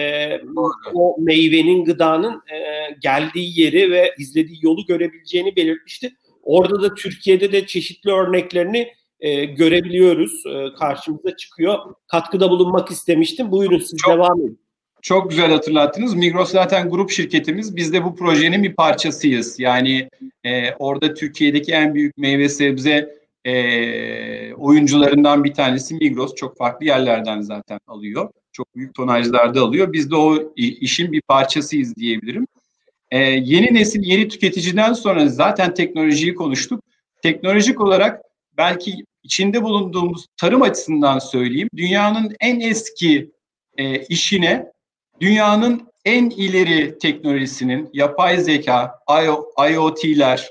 o meyvenin, gıdanın geldiği yeri ve izlediği yolu görebileceğini belirtmişti. Orada da Türkiye'de de çeşitli örneklerini görebiliyoruz. Karşımıza çıkıyor. Katkıda bulunmak istemiştim. Buyurun siz devam edin. Çok güzel hatırlattınız. Migros zaten grup şirketimiz. Biz de bu projenin bir parçasıyız. Yani orada Türkiye'deki en büyük meyve sebze oyuncularından bir tanesi Migros. Çok farklı yerlerden zaten alıyor. Çok büyük tonajlarda alıyor. Biz de o işin bir parçasıyız diyebilirim. Yeni nesil, yeni tüketiciden sonra zaten teknolojiyi konuştuk. Teknolojik olarak belki içinde bulunduğumuz tarım açısından söyleyeyim. Dünyanın en eski işine dünyanın en ileri teknolojisinin, yapay zeka, IoT'ler,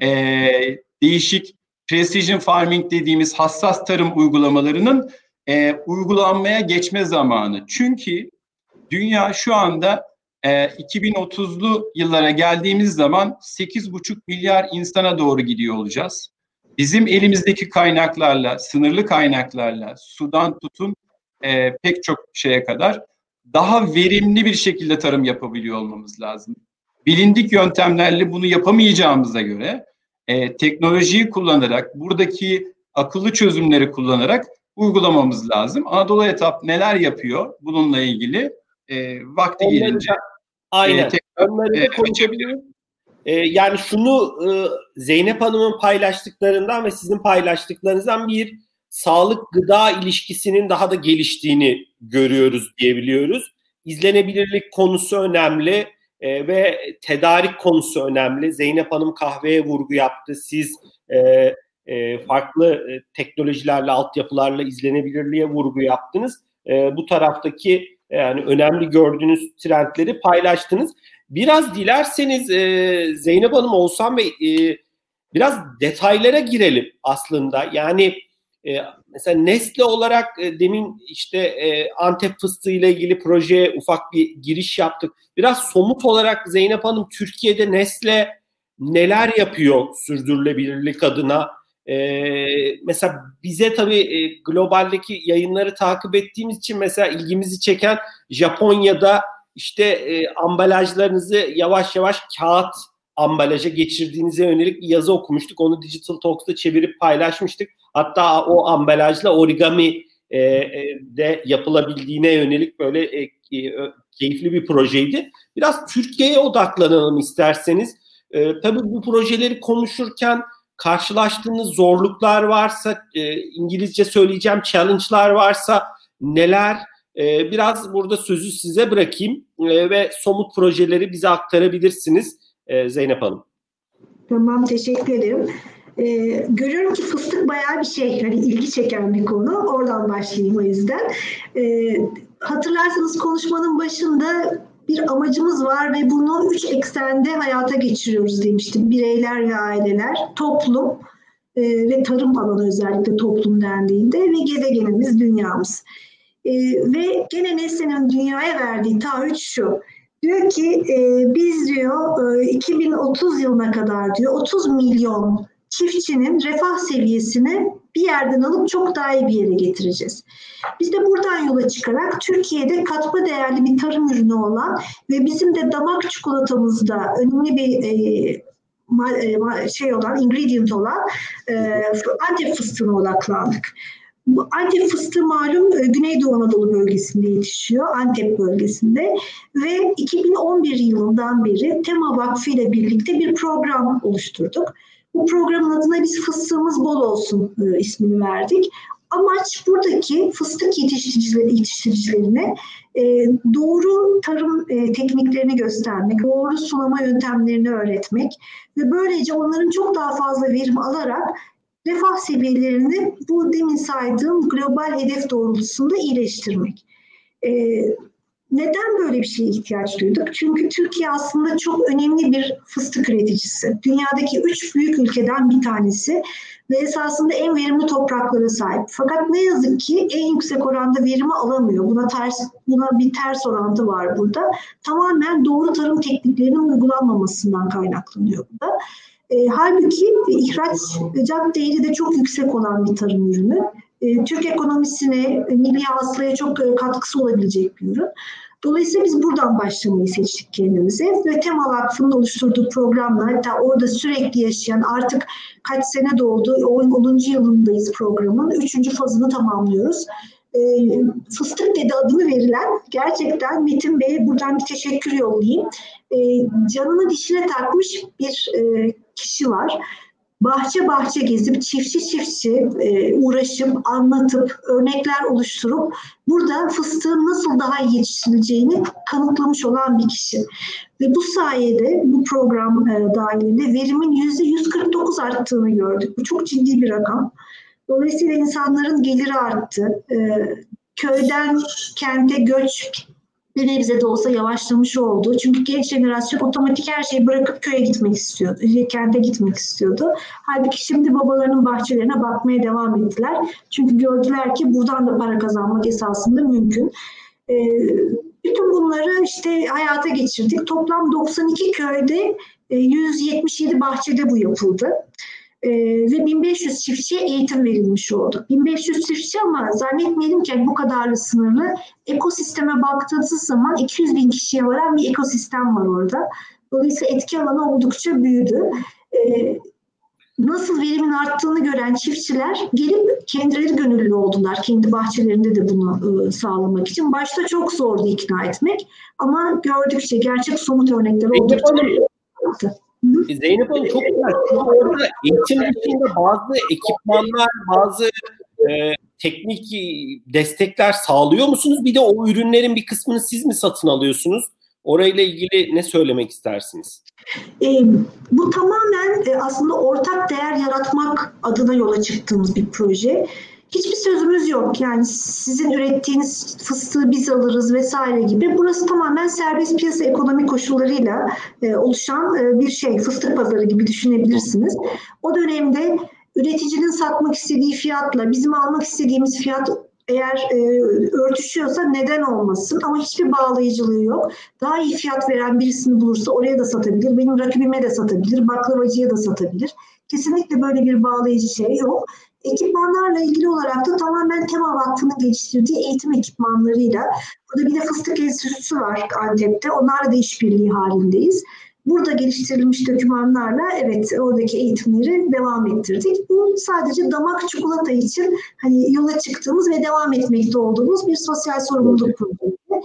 değişik precision farming dediğimiz hassas tarım uygulamalarının uygulanmaya geçme zamanı. Çünkü dünya şu anda 2030'lu yıllara geldiğimiz zaman 8,5 milyar insana doğru gidiyor olacağız. Bizim elimizdeki kaynaklarla, sınırlı kaynaklarla, sudan tutun pek çok şeye kadar daha verimli bir şekilde tarım yapabiliyor olmamız lazım. Bilindik yöntemlerle bunu yapamayacağımıza göre teknolojiyi kullanarak, buradaki akıllı çözümleri kullanarak uygulamamız lazım. Anadolu Etap neler yapıyor bununla ilgili vakti Onları gelince da, aynen. Onları da konuşabiliriz. Yani şunu Zeynep Hanım'ın paylaştıklarından ve sizin paylaştıklarınızdan bir sağlık gıda ilişkisinin daha da geliştiğini görüyoruz diyebiliyoruz. İzlenebilirlik konusu önemli ve tedarik konusu önemli. Zeynep Hanım kahveye vurgu yaptı. Siz farklı teknolojilerle, altyapılarla izlenebilirliğe vurgu yaptınız. Bu taraftaki yani önemli gördüğünüz trendleri paylaştınız. Biraz dilerseniz Zeynep Hanım, Oğuzhan Bey biraz detaylara girelim aslında. Yani mesela Nestle olarak demin işte Antep fıstığı ile ilgili projeye ufak bir giriş yaptık. Biraz somut olarak Zeynep Hanım, Türkiye'de Nestle neler yapıyor sürdürülebilirlik adına? Mesela bize tabii globaldeki yayınları takip ettiğimiz için mesela ilgimizi çeken Japonya'da işte ambalajlarınızı yavaş yavaş kağıt ambalaja geçirdiğinize yönelik bir yazı okumuştuk. Onu Digital Talks'ta çevirip paylaşmıştık. Hatta o ambalajla origami de yapılabildiğine yönelik böyle keyifli bir projeydi. Biraz Türkiye'ye odaklanalım isterseniz. Tabii bu projeleri konuşurken karşılaştığınız zorluklar varsa, İngilizce söyleyeceğim challenge'lar varsa neler? Biraz burada sözü size bırakayım ve somut projeleri bize aktarabilirsiniz Zeynep Hanım. Tamam, teşekkür ederim. Görüyorum ki fıstık bayağı bir şey, hani ilgi çeken bir konu. Oradan başlayayım o yüzden. Hatırlarsanız konuşmanın başında bir amacımız var ve bunu 3 eksende hayata geçiriyoruz demiştim. Bireyler ve aileler, toplum ve tarım alanı, özellikle toplum dendiğinde, ve gezegenimiz, dünyamız. Ve gene Nestle'nin dünyaya verdiği taahhüt şu. Diyor ki biz diyor 2030 yılına kadar diyor 30 milyon çiftçinin refah seviyesini bir yerden alıp çok daha iyi bir yere getireceğiz. Biz de buradan yola çıkarak Türkiye'de katma değerli bir tarım ürünü olan ve bizim de damak çikolatamızda önemli bir ingredient olan Antep fıstığına odaklandık. Bu Antep fıstığı malum Güneydoğu Anadolu bölgesinde yetişiyor, Antep bölgesinde ve 2011 yılından beri Tema Vakfı ile birlikte bir program oluşturduk. Bu programın adına biz Fıstığımız Bol Olsun ismini verdik. Amaç buradaki fıstık yetiştiricilerine doğru tarım tekniklerini göstermek, doğru sulama yöntemlerini öğretmek ve böylece onların çok daha fazla verim alarak refah seviyelerini bu demin saydığım global hedef doğrultusunda iyileştirmek. Neden böyle bir şeye ihtiyaç duyduk? Çünkü Türkiye aslında çok önemli bir fıstık üreticisi. Dünyadaki 3 büyük ülkeden bir tanesi ve esasında en verimli topraklara sahip. Fakat ne yazık ki en yüksek oranda verimi alamıyor. Buna bir ters orantı var burada. Tamamen doğru tarım tekniklerinin uygulanmamasından kaynaklanıyor bu da. Halbuki ihracat değeri de çok yüksek olan bir tarım ürünü. Türk ekonomisine, milli hasılaya çok katkısı olabilecek bir ürün. Dolayısıyla biz buradan başlamayı seçtik kendimize ve Tema Vakfı'nın oluşturduğu programla, hatta orada sürekli yaşayan, artık kaç sene doldu, 10. yılındayız programın, 3. fazını tamamlıyoruz. Fıstık Dede adını verilen, gerçekten Metin Bey'e buradan bir teşekkür yollayayım. Canını dişine takmış bir kişi var. Bahçe bahçe gezip, çiftçi uğraşıp, anlatıp, örnekler oluşturup burada fıstığın nasıl daha iyi yetiştirileceğini kanıtlamış olan bir kişi. Ve bu sayede bu program dahilinde verimin %149 arttığını gördük. Bu çok ciddi bir rakam. Dolayısıyla insanların geliri arttı. Köyden kente göç bir nebze de olsa yavaşlamış oldu. Çünkü genç jenerasyon otomatik her şeyi bırakıp köye gitmek istiyordu, kente gitmek istiyordu. Halbuki şimdi babalarının bahçelerine bakmaya devam ettiler. Çünkü gördüler ki buradan da para kazanmak esasında mümkün. Bütün bunları işte hayata geçirdik. Toplam 92 köyde 177 bahçede bu yapıldı. Ve 1500 çiftçiye eğitim verilmiş oldu. 1500 çiftçi ama zannetmeyelim ki bu kadarlı sınırlı. Ekosisteme baktığınız zaman 200 bin kişiye varan bir ekosistem var orada. Dolayısıyla etki alanı oldukça büyüdü. Nasıl verimin arttığını gören çiftçiler gelip kendileri gönüllü oldular. Kendi bahçelerinde de bunu sağlamak için. Başta çok zordu ikna etmek ama gördükçe gerçek somut örnekler oldukça arttı. Zeynep Hanım çok güzel. Çünkü orada eğitim dışında bazı ekipmanlar, bazı teknik destekler sağlıyor musunuz? Bir de o ürünlerin bir kısmını siz mi satın alıyorsunuz? Orayla ilgili ne söylemek istersiniz? Bu tamamen aslında ortak değer yaratmak adına yola çıktığımız bir proje. Hiçbir sözümüz yok. Yani sizin ürettiğiniz fıstığı biz alırız vesaire gibi. Burası tamamen serbest piyasa ekonomik koşullarıyla oluşan bir şey. Fıstık pazarı gibi düşünebilirsiniz. O dönemde üreticinin satmak istediği fiyatla bizim almak istediğimiz fiyat eğer örtüşüyorsa neden olmasın, ama hiçbir bağlayıcılığı yok. Daha iyi fiyat veren birisini bulursa oraya da satabilir, benim rakibime de satabilir, baklavacıya da satabilir. Kesinlikle böyle bir bağlayıcı şey yok. Ekipmanlarla ilgili olarak da tamamen Tema Vakfı'nın geliştirdiği eğitim ekipmanlarıyla, burada bir de Fıstık Enstitüsü var Antep'te, onlarla da işbirliği halindeyiz. Burada geliştirilmiş dokümanlarla evet oradaki eğitimleri devam ettirdik. Bu sadece damak çikolata için hani yola çıktığımız ve devam etmekte olduğumuz bir sosyal sorumluluk projesi.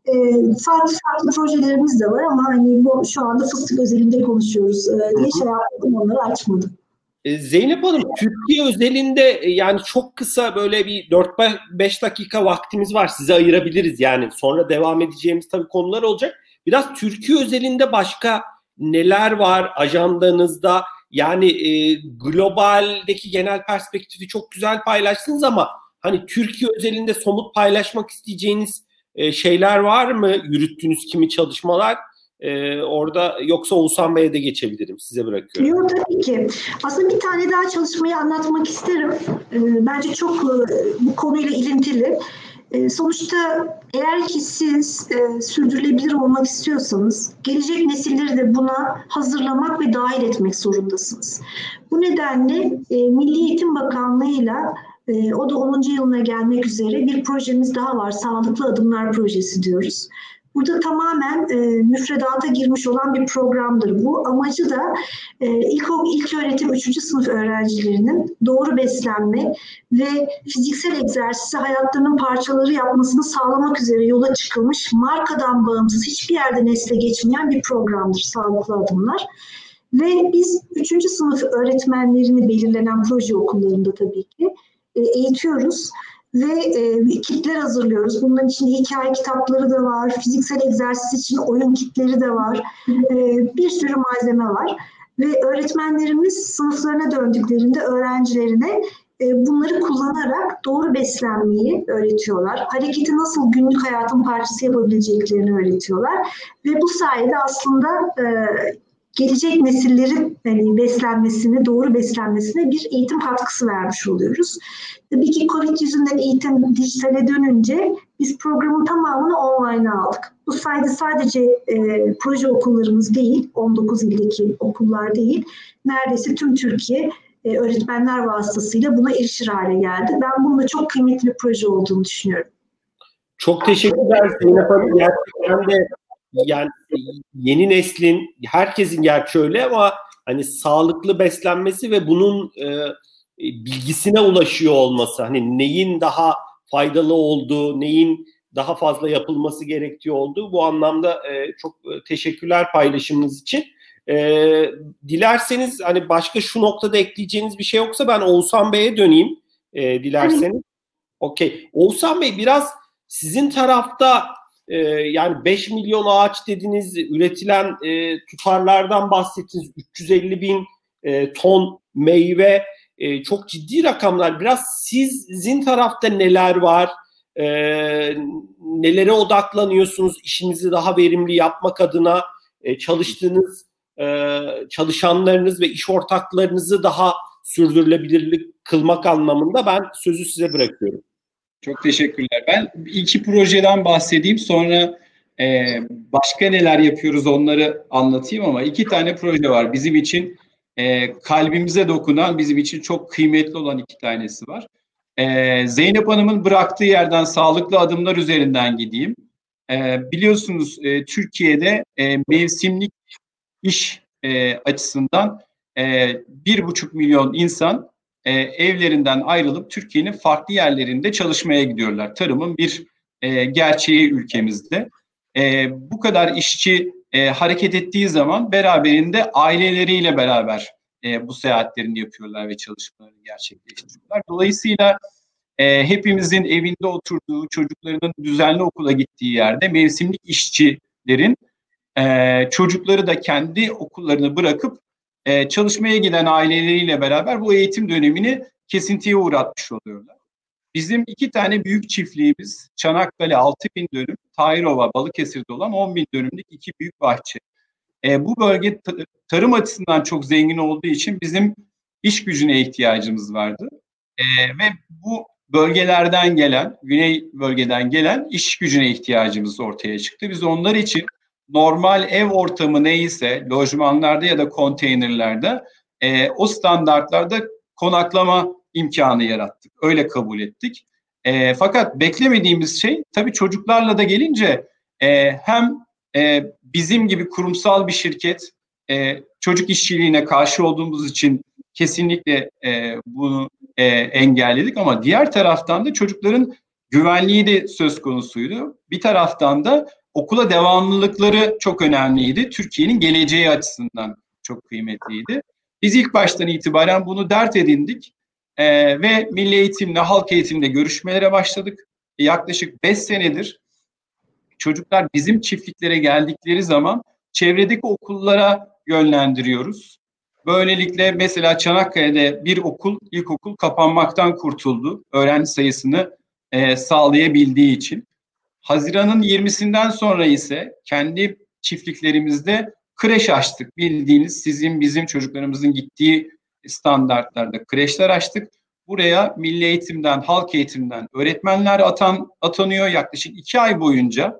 Farklı projelerimiz de var ama hani bu şu anda fıstık özelinde konuşuyoruz diye şey yaptım, onları açmadım. Zeynep Hanım, Türkiye özelinde yani çok kısa böyle bir 4-5 dakika vaktimiz var, size ayırabiliriz yani, sonra devam edeceğimiz tabii konular olacak. Biraz Türkiye özelinde başka neler var ajandanızda? Yani globaldeki genel perspektifi çok güzel paylaştınız ama hani Türkiye özelinde somut paylaşmak isteyeceğiniz şeyler var mı? Yürüttüğünüz kimi çalışmalar? Orada yoksa Oğuzhan Bey'e de geçebilirim. Size bırakıyorum. Yok, tabii ki. Aslında bir tane daha çalışmayı anlatmak isterim. Bence çok bu konuyla ilintili. Sonuçta eğer ki siz sürdürülebilir olmak istiyorsanız gelecek nesilleri de buna hazırlamak ve dahil etmek zorundasınız. Bu nedenle Milli Eğitim Bakanlığı'yla o da 10. yılına gelmek üzere bir projemiz daha var. Sağlıklı Adımlar Projesi diyoruz. Burada tamamen müfredata girmiş olan bir programdır bu. Amacı da ilköğretim 3. sınıf öğrencilerinin doğru beslenme ve fiziksel egzersizi hayatlarının parçaları yapmasını sağlamak üzere yola çıkılmış, markadan bağımsız, hiçbir yerde nesle geçmeyen bir programdır Sağlıklı Adımlar. Ve biz 3. sınıf öğretmenlerini belirlenen proje okullarında tabii ki eğitiyoruz ve kitler hazırlıyoruz. Bunların içinde hikaye kitapları da var, fiziksel egzersiz için oyun kitleri de var, bir sürü malzeme var. Ve öğretmenlerimiz sınıflarına döndüklerinde öğrencilerine bunları kullanarak doğru beslenmeyi öğretiyorlar. Hareketi nasıl günlük hayatın parçası yapabileceklerini öğretiyorlar. Ve bu sayede aslında gelecek nesillerin beslenmesine, doğru beslenmesine bir eğitim katkısı vermiş oluyoruz. Tabii ki Covid yüzünden eğitim dijitale dönünce biz programın tamamını online'a aldık. Bu sayede sadece proje okullarımız değil, 19 ildeki okullar değil, neredeyse tüm Türkiye öğretmenler vasıtasıyla buna erişir hale geldi. Ben bunun da çok kıymetli bir proje olduğunu düşünüyorum. Çok teşekkürler Zeynep Hanım. Gerçekten de yani yeni neslin, herkesin gerçi öyle ama hani sağlıklı beslenmesi ve bunun bilgisine ulaşıyor olması, hani neyin daha faydalı olduğu, neyin daha fazla yapılması gerektiği olduğu, bu anlamda çok teşekkürler paylaşımınız için. Dilerseniz hani başka şu noktada ekleyeceğiniz bir şey yoksa ben Oğuzhan Bey'e döneyim dilerseniz. Okey. Oğuzhan Bey, biraz sizin tarafta yani 5 milyon ağaç dediniz, üretilen tutarlardan bahsettiniz, 350 bin ton meyve, çok ciddi rakamlar. Biraz sizin tarafta neler var, nelere odaklanıyorsunuz işinizi daha verimli yapmak adına, çalıştığınız çalışanlarınız ve iş ortaklarınızı daha sürdürülebilir kılmak anlamında ben sözü size bırakıyorum. Çok teşekkürler. Ben iki projeden bahsedeyim, sonra başka neler yapıyoruz onları anlatayım, ama iki tane proje var. Bizim için kalbimize dokunan, bizim için çok kıymetli olan iki tanesi var. Zeynep Hanım'ın bıraktığı yerden Sağlıklı Adımlar üzerinden gideyim. Biliyorsunuz Türkiye'de mevsimlik iş açısından 1,5 milyon insan evlerinden ayrılıp Türkiye'nin farklı yerlerinde çalışmaya gidiyorlar. Tarımın bir gerçeği ülkemizde. Bu kadar işçi hareket ettiği zaman beraberinde aileleriyle beraber bu seyahatlerini yapıyorlar ve çalışmalarını gerçekleştiriyorlar. Dolayısıyla hepimizin evinde oturduğu, çocuklarının düzenli okula gittiği yerde mevsimlik işçilerin çocukları da kendi okullarını bırakıp çalışmaya giden aileleriyle beraber bu eğitim dönemini kesintiye uğratmış oluyorlar. Bizim 2 tane büyük çiftliğimiz, Çanakkale 6.000 dönüm, Tahirova, Balıkesir'de olan 10.000 dönümlük 2 büyük bahçe. Bu bölge tarım açısından çok zengin olduğu için bizim iş gücüne ihtiyacımız vardı. Ve bu bölgelerden gelen, güney bölgeden gelen iş gücüne ihtiyacımız ortaya çıktı. Biz onlar için normal ev ortamı neyse, lojmanlarda ya da konteynerlerde o standartlarda konaklama imkanı yarattık. Öyle kabul ettik. Fakat beklemediğimiz şey, tabii çocuklarla da gelince hem bizim gibi kurumsal bir şirket çocuk işçiliğine karşı olduğumuz için kesinlikle bunu engelledik, ama diğer taraftan da çocukların güvenliği de söz konusuydu. Bir taraftan da okula devamlılıkları çok önemliydi. Türkiye'nin geleceği açısından çok kıymetliydi. Biz ilk baştan itibaren bunu dert edindik ve milli eğitimle, halk eğitimle görüşmelere başladık. Yaklaşık 5 senedir çocuklar bizim çiftliklere geldikleri zaman çevredeki okullara yönlendiriyoruz. Böylelikle mesela Çanakkale'de bir okul, ilkokul kapanmaktan kurtuldu. Öğrenci sayısını sağlayabildiği için. Haziran'ın 20'sinden sonra ise kendi çiftliklerimizde kreş açtık. Bildiğiniz sizin bizim çocuklarımızın gittiği standartlarda kreşler açtık. Buraya milli eğitimden, halk eğitimden öğretmenler atanıyor. Yaklaşık 2 ay boyunca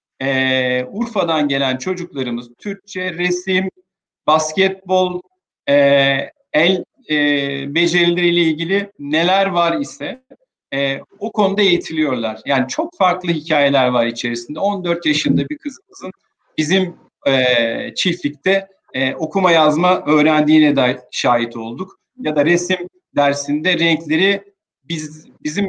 Urfa'dan gelen çocuklarımız Türkçe, resim, basketbol, el becerileriyle ilgili neler var ise o konuda eğitiliyorlar. Yani çok farklı hikayeler var içerisinde. 14 yaşında bir kızımızın bizim çiftlikte okuma yazma öğrendiğine de şahit olduk. Ya da resim dersinde renkleri bizim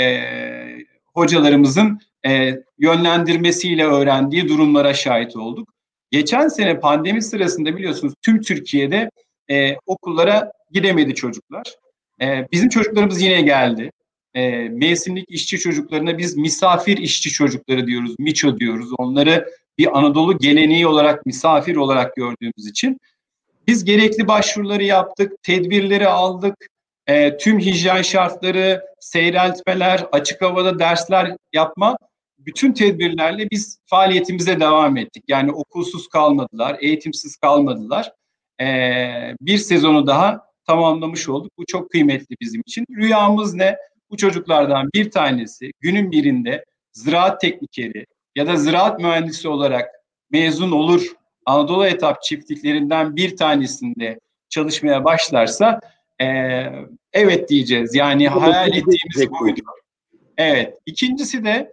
hocalarımızın yönlendirmesiyle öğrendiği durumlara şahit olduk. Geçen sene pandemi sırasında biliyorsunuz tüm Türkiye'de okullara gidemedi çocuklar. Bizim çocuklarımız yine geldi. Mevsimlik işçi çocuklarına biz misafir işçi çocukları diyoruz, miço diyoruz. Onları bir Anadolu geleneği olarak, misafir olarak gördüğümüz için biz gerekli başvuruları yaptık, tedbirleri aldık. Tüm hijyen şartları, seyreltmeler, açık havada dersler yapma, bütün tedbirlerle biz faaliyetimize devam ettik. Yani okulsuz kalmadılar, eğitimsiz kalmadılar. Bir sezonu daha tamamlamış olduk. Bu çok kıymetli bizim için. Rüyamız ne? Bu çocuklardan bir tanesi günün birinde ziraat teknikeri ya da ziraat mühendisi olarak mezun olur, Anadolu Etap çiftliklerinden bir tanesinde çalışmaya başlarsa evet diyeceğiz. Yani hayal ettiğimiz buydu. Evet. İkincisi de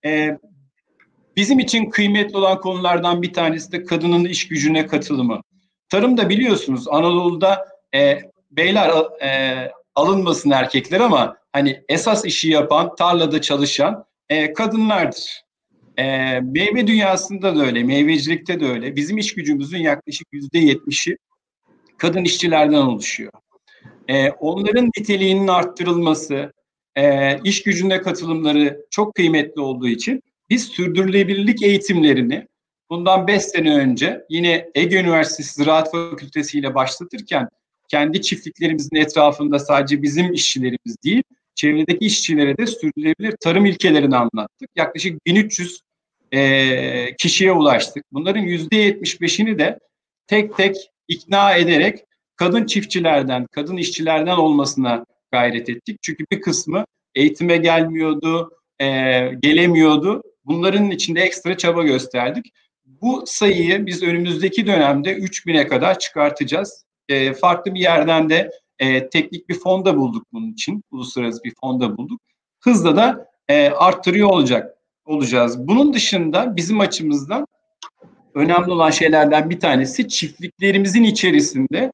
bizim için kıymetli olan konulardan bir tanesi de kadının iş gücüne katılımı. Tarımda biliyorsunuz Anadolu'da beyler alınmasın erkekler ama hani esas işi yapan, tarlada çalışan kadınlardır. Meyve dünyasında da öyle, meyvecilikte de öyle. Bizim iş gücümüzün yaklaşık %70'i kadın işçilerden oluşuyor. Onların niteliğinin arttırılması, iş gücüne katılımları çok kıymetli olduğu için biz sürdürülebilirlik eğitimlerini bundan 5 sene önce yine Ege Üniversitesi Ziraat Fakültesi ile başlatırken kendi çiftliklerimizin etrafında sadece bizim işçilerimiz değil, çevredeki işçilere de sürdürülebilir tarım ilkelerini anlattık. Yaklaşık 1300 kişiye ulaştık. Bunların %75'ini de tek tek ikna ederek kadın çiftçilerden, kadın işçilerden olmasına gayret ettik. Çünkü bir kısmı eğitime gelmiyordu, gelemiyordu. Bunların içinde ekstra çaba gösterdik. Bu sayıyı biz önümüzdeki dönemde 3000'e kadar çıkartacağız. Farklı bir yerden de teknik bir fonda bulduk bunun için. Uluslararası bir fonda bulduk. Hızla da arttırıyor olacağız. Bunun dışında bizim açımızdan önemli olan şeylerden bir tanesi çiftliklerimizin içerisinde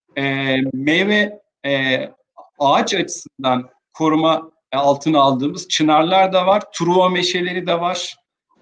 meyve ağaç açısından koruma altına aldığımız çınarlar da var. Truva meşeleri de var.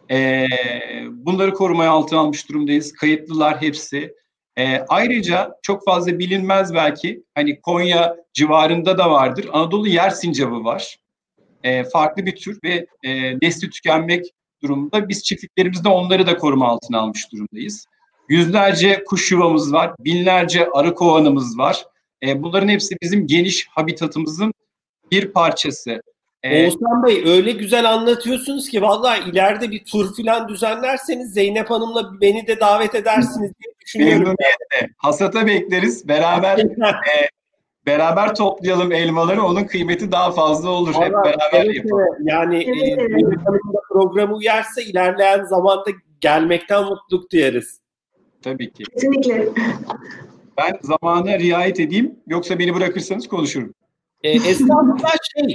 Bunları korumaya altına almış durumdayız. Kayıtlılar hepsi. Ayrıca çok fazla bilinmez belki. Hani Konya civarında da vardır. Anadolu yer sincabı var. Farklı bir tür ve nesli tükenmek durumunda. Biz çiftliklerimizde onları da koruma altına almış durumdayız. Yüzlerce kuş yuvamız var. Binlerce arı kovanımız var. Bunların hepsi bizim geniş habitatımızın bir parçası. Oğuzhan Bey öyle güzel anlatıyorsunuz ki vallahi ileride bir tur falan düzenlerseniz Zeynep Hanım'la beni de davet edersiniz diye düşünüyorum. Memnuniyetle. Hasata bekleriz. Beraber toplayalım elmaları. Onun kıymeti daha fazla olur. Vallahi, hep beraber yapalım. Yani Zeynep Hanım'ın da programı uyarsa ilerleyen zamanda gelmekten mutluluk duyarız. Tabii ki. Kesinlikle. Ben zamana riayet edeyim. Yoksa beni bırakırsanız konuşurum. Estağfurullah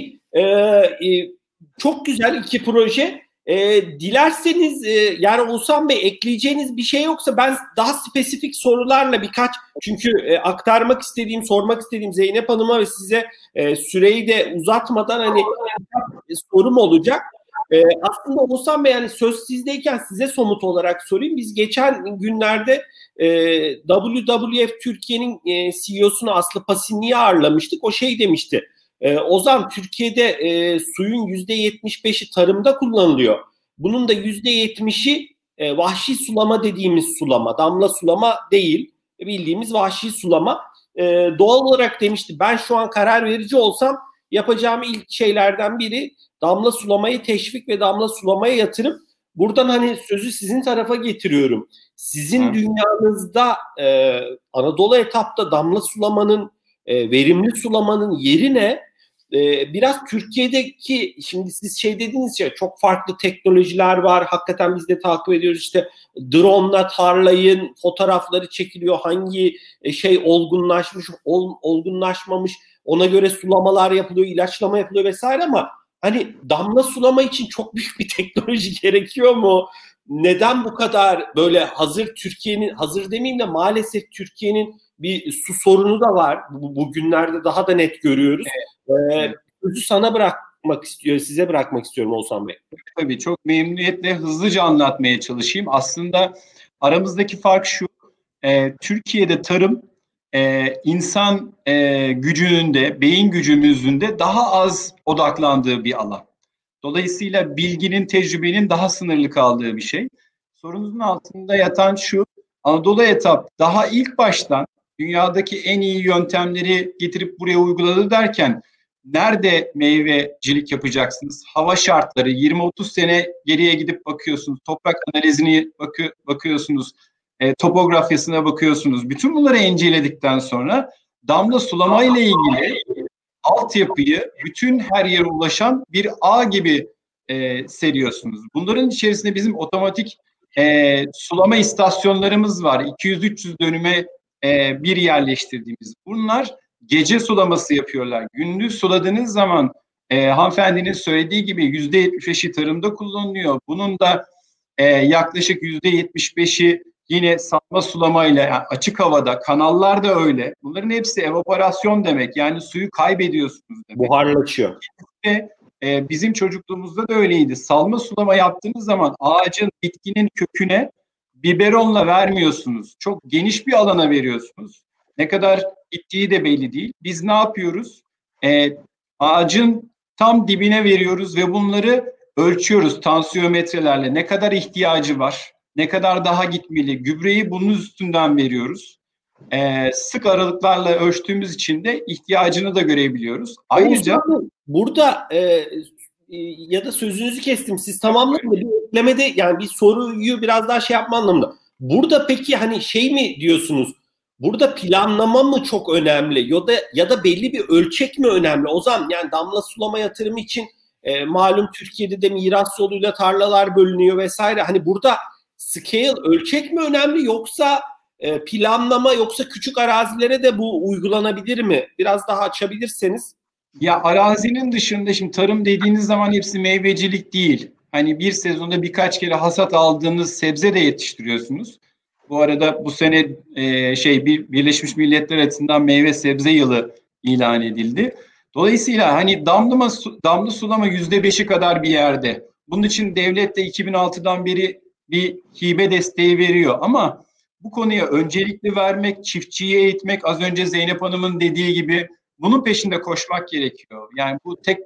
çok güzel iki proje. Dilerseniz yani Oğuzhan Bey ekleyeceğiniz bir şey yoksa ben daha spesifik sorularla çünkü aktarmak istediğim, sormak istediğim Zeynep Hanım'a ve size süreyi de uzatmadan hani sorum olacak. Aslında Oğuzhan Bey yani söz sizdeyken size somut olarak sorayım. Biz geçen günlerde WWF Türkiye'nin CEO'sunu Aslı Pasinli'yi ağırlamıştık. O şey demişti. Ozan Türkiye'de suyun %75'i tarımda kullanılıyor. Bunun da %70'i vahşi sulama dediğimiz sulama. Damla sulama değil. Bildiğimiz vahşi sulama. Doğal olarak demişti ben şu an karar verici olsam yapacağım ilk şeylerden biri damla sulamayı teşvik ve damla sulamaya yatırım. Buradan hani sözü sizin tarafa getiriyorum. Sizin dünyanızda Anadolu Etap'ta damla sulamanın, verimli sulamanın yeri ne? Biraz Türkiye'deki şimdi siz şey dediniz ya çok farklı teknolojiler var. Hakikaten biz de takip ediyoruz işte drone'la tarlayın fotoğrafları çekiliyor. Hangi şey olgunlaşmış, olgunlaşmamış ona göre sulamalar yapılıyor, ilaçlama yapılıyor vesaire ama hani damla sulama için çok büyük bir teknoloji gerekiyor mu? Neden bu kadar böyle hazır demeyeyim de maalesef Türkiye'nin bir su sorunu da var. Bugünlerde daha da net görüyoruz. Sözü size bırakmak istiyorum Oğuzhan Bey. Tabii çok memnuniyetle hızlıca anlatmaya çalışayım. Aslında aramızdaki fark şu, Türkiye'de tarım insan gücünün de, beyin gücümüzün de daha az odaklandığı bir alan. Dolayısıyla bilginin, tecrübenin daha sınırlı kaldığı bir şey. Sorunuzun altında yatan şu, Anadolu Etap daha ilk baştan dünyadaki en iyi yöntemleri getirip buraya uyguladı derken, nerede meyvecilik yapacaksınız? Hava şartları, 20-30 sene geriye gidip bakıyorsunuz, toprak analizini bakıyorsunuz, topografyasına bakıyorsunuz. Bütün bunları inceledikten sonra damla sulama ile ilgili altyapıyı bütün her yere ulaşan bir ağ gibi seriyorsunuz. Bunların içerisinde bizim otomatik sulama istasyonlarımız var. 200-300 dönüme bir yerleştirdiğimiz. Bunlar gece sulaması yapıyorlar. Gündüz suladığınız zaman hanımefendinin söylediği gibi %75'i tarımda kullanılıyor. Bunun da yaklaşık %75'i yine salma sulamayla, yani açık havada, kanallarda öyle. Bunların hepsi evaporasyon demek. Yani suyu kaybediyorsunuz demek. Buharlaşıyor. Ve bizim çocukluğumuzda da öyleydi. Salma sulama yaptığınız zaman ağacın, bitkinin köküne biberonla vermiyorsunuz. Çok geniş bir alana veriyorsunuz. Ne kadar gittiği de belli değil. Biz ne yapıyoruz? Ağacın tam dibine veriyoruz ve bunları ölçüyoruz tansiyometrelerle. Ne kadar ihtiyacı var? Ne kadar daha gitmeli? Gübreyi bunun üstünden veriyoruz. Sık aralıklarla ölçtüğümüz için de ihtiyacını da görebiliyoruz. Ayrıca burada ya da sözünüzü kestim. Siz tamamlayın da bir eklemede, yani bir soruyu biraz daha şey yapma anlamında. Burada peki hani şey mi diyorsunuz? Burada planlama mı çok önemli ya da belli bir ölçek mi önemli? O zaman yani damla sulama yatırımı için malum Türkiye'de de miras yoluyla tarlalar bölünüyor vesaire. Hani burada scale, ölçek mi önemli, yoksa planlama, yoksa küçük arazilere de bu uygulanabilir mi? Biraz daha açabilirseniz. Ya arazinin dışında şimdi tarım dediğiniz zaman hepsi meyvecilik değil. Hani bir sezonda birkaç kere hasat aldığınız sebze de yetiştiriyorsunuz. Bu arada bu sene Birleşmiş Milletler açısından meyve sebze yılı ilan edildi. Dolayısıyla hani damla sulama %5'i kadar bir yerde. Bunun için devlet de 2006'dan beri bir hibe desteği veriyor. Ama bu konuya öncelikli vermek, çiftçiyi eğitmek, az önce Zeynep Hanım'ın dediği gibi bunun peşinde koşmak gerekiyor. Yani bu tek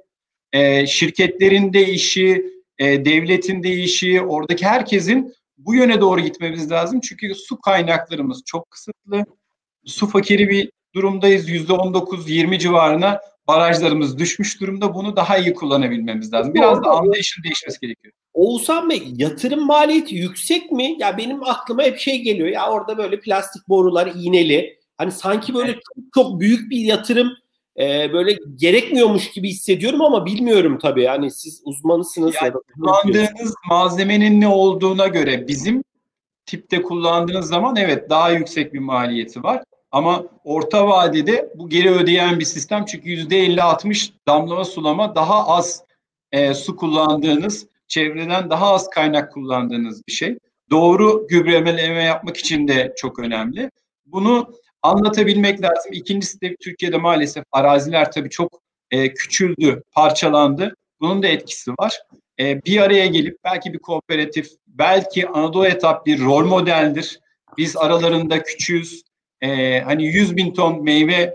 şirketlerin de işi, devletin de işi, oradaki herkesin bu yöne doğru gitmemiz lazım. Çünkü su kaynaklarımız çok kısıtlı. Su fakiri bir durumdayız. %19-20 civarına barajlarımız düşmüş durumda. Bunu daha iyi kullanabilmemiz lazım. Biraz da anlayışın değişmesi gerekiyor. Oğuzhan Bey, yatırım maliyeti yüksek mi? Ya benim aklıma hep şey geliyor. Ya orada böyle plastik borular, iğneli. Hani sanki böyle çok büyük bir yatırım böyle gerekmiyormuş gibi hissediyorum ama bilmiyorum tabii. Yani siz uzmanısınız. Yani kullandığınız malzemenin ne olduğuna göre bizim tipte kullandığınız zaman evet daha yüksek bir maliyeti var. Ama orta vadede bu geri ödeyen bir sistem. Çünkü %50-60 damlama sulama daha az su kullandığınız, çevreden daha az kaynak kullandığınız bir şey. Doğru gübremeleme yapmak için de çok önemli. Bunu anlatabilmek lazım. İkincisi de Türkiye'de maalesef araziler tabii çok küçüldü, parçalandı. Bunun da etkisi var. Bir araya gelip belki bir kooperatif, belki Anadolu Etap bir rol modeldir. Biz aralarında küçüğüz. Hani 100.000 ton meyve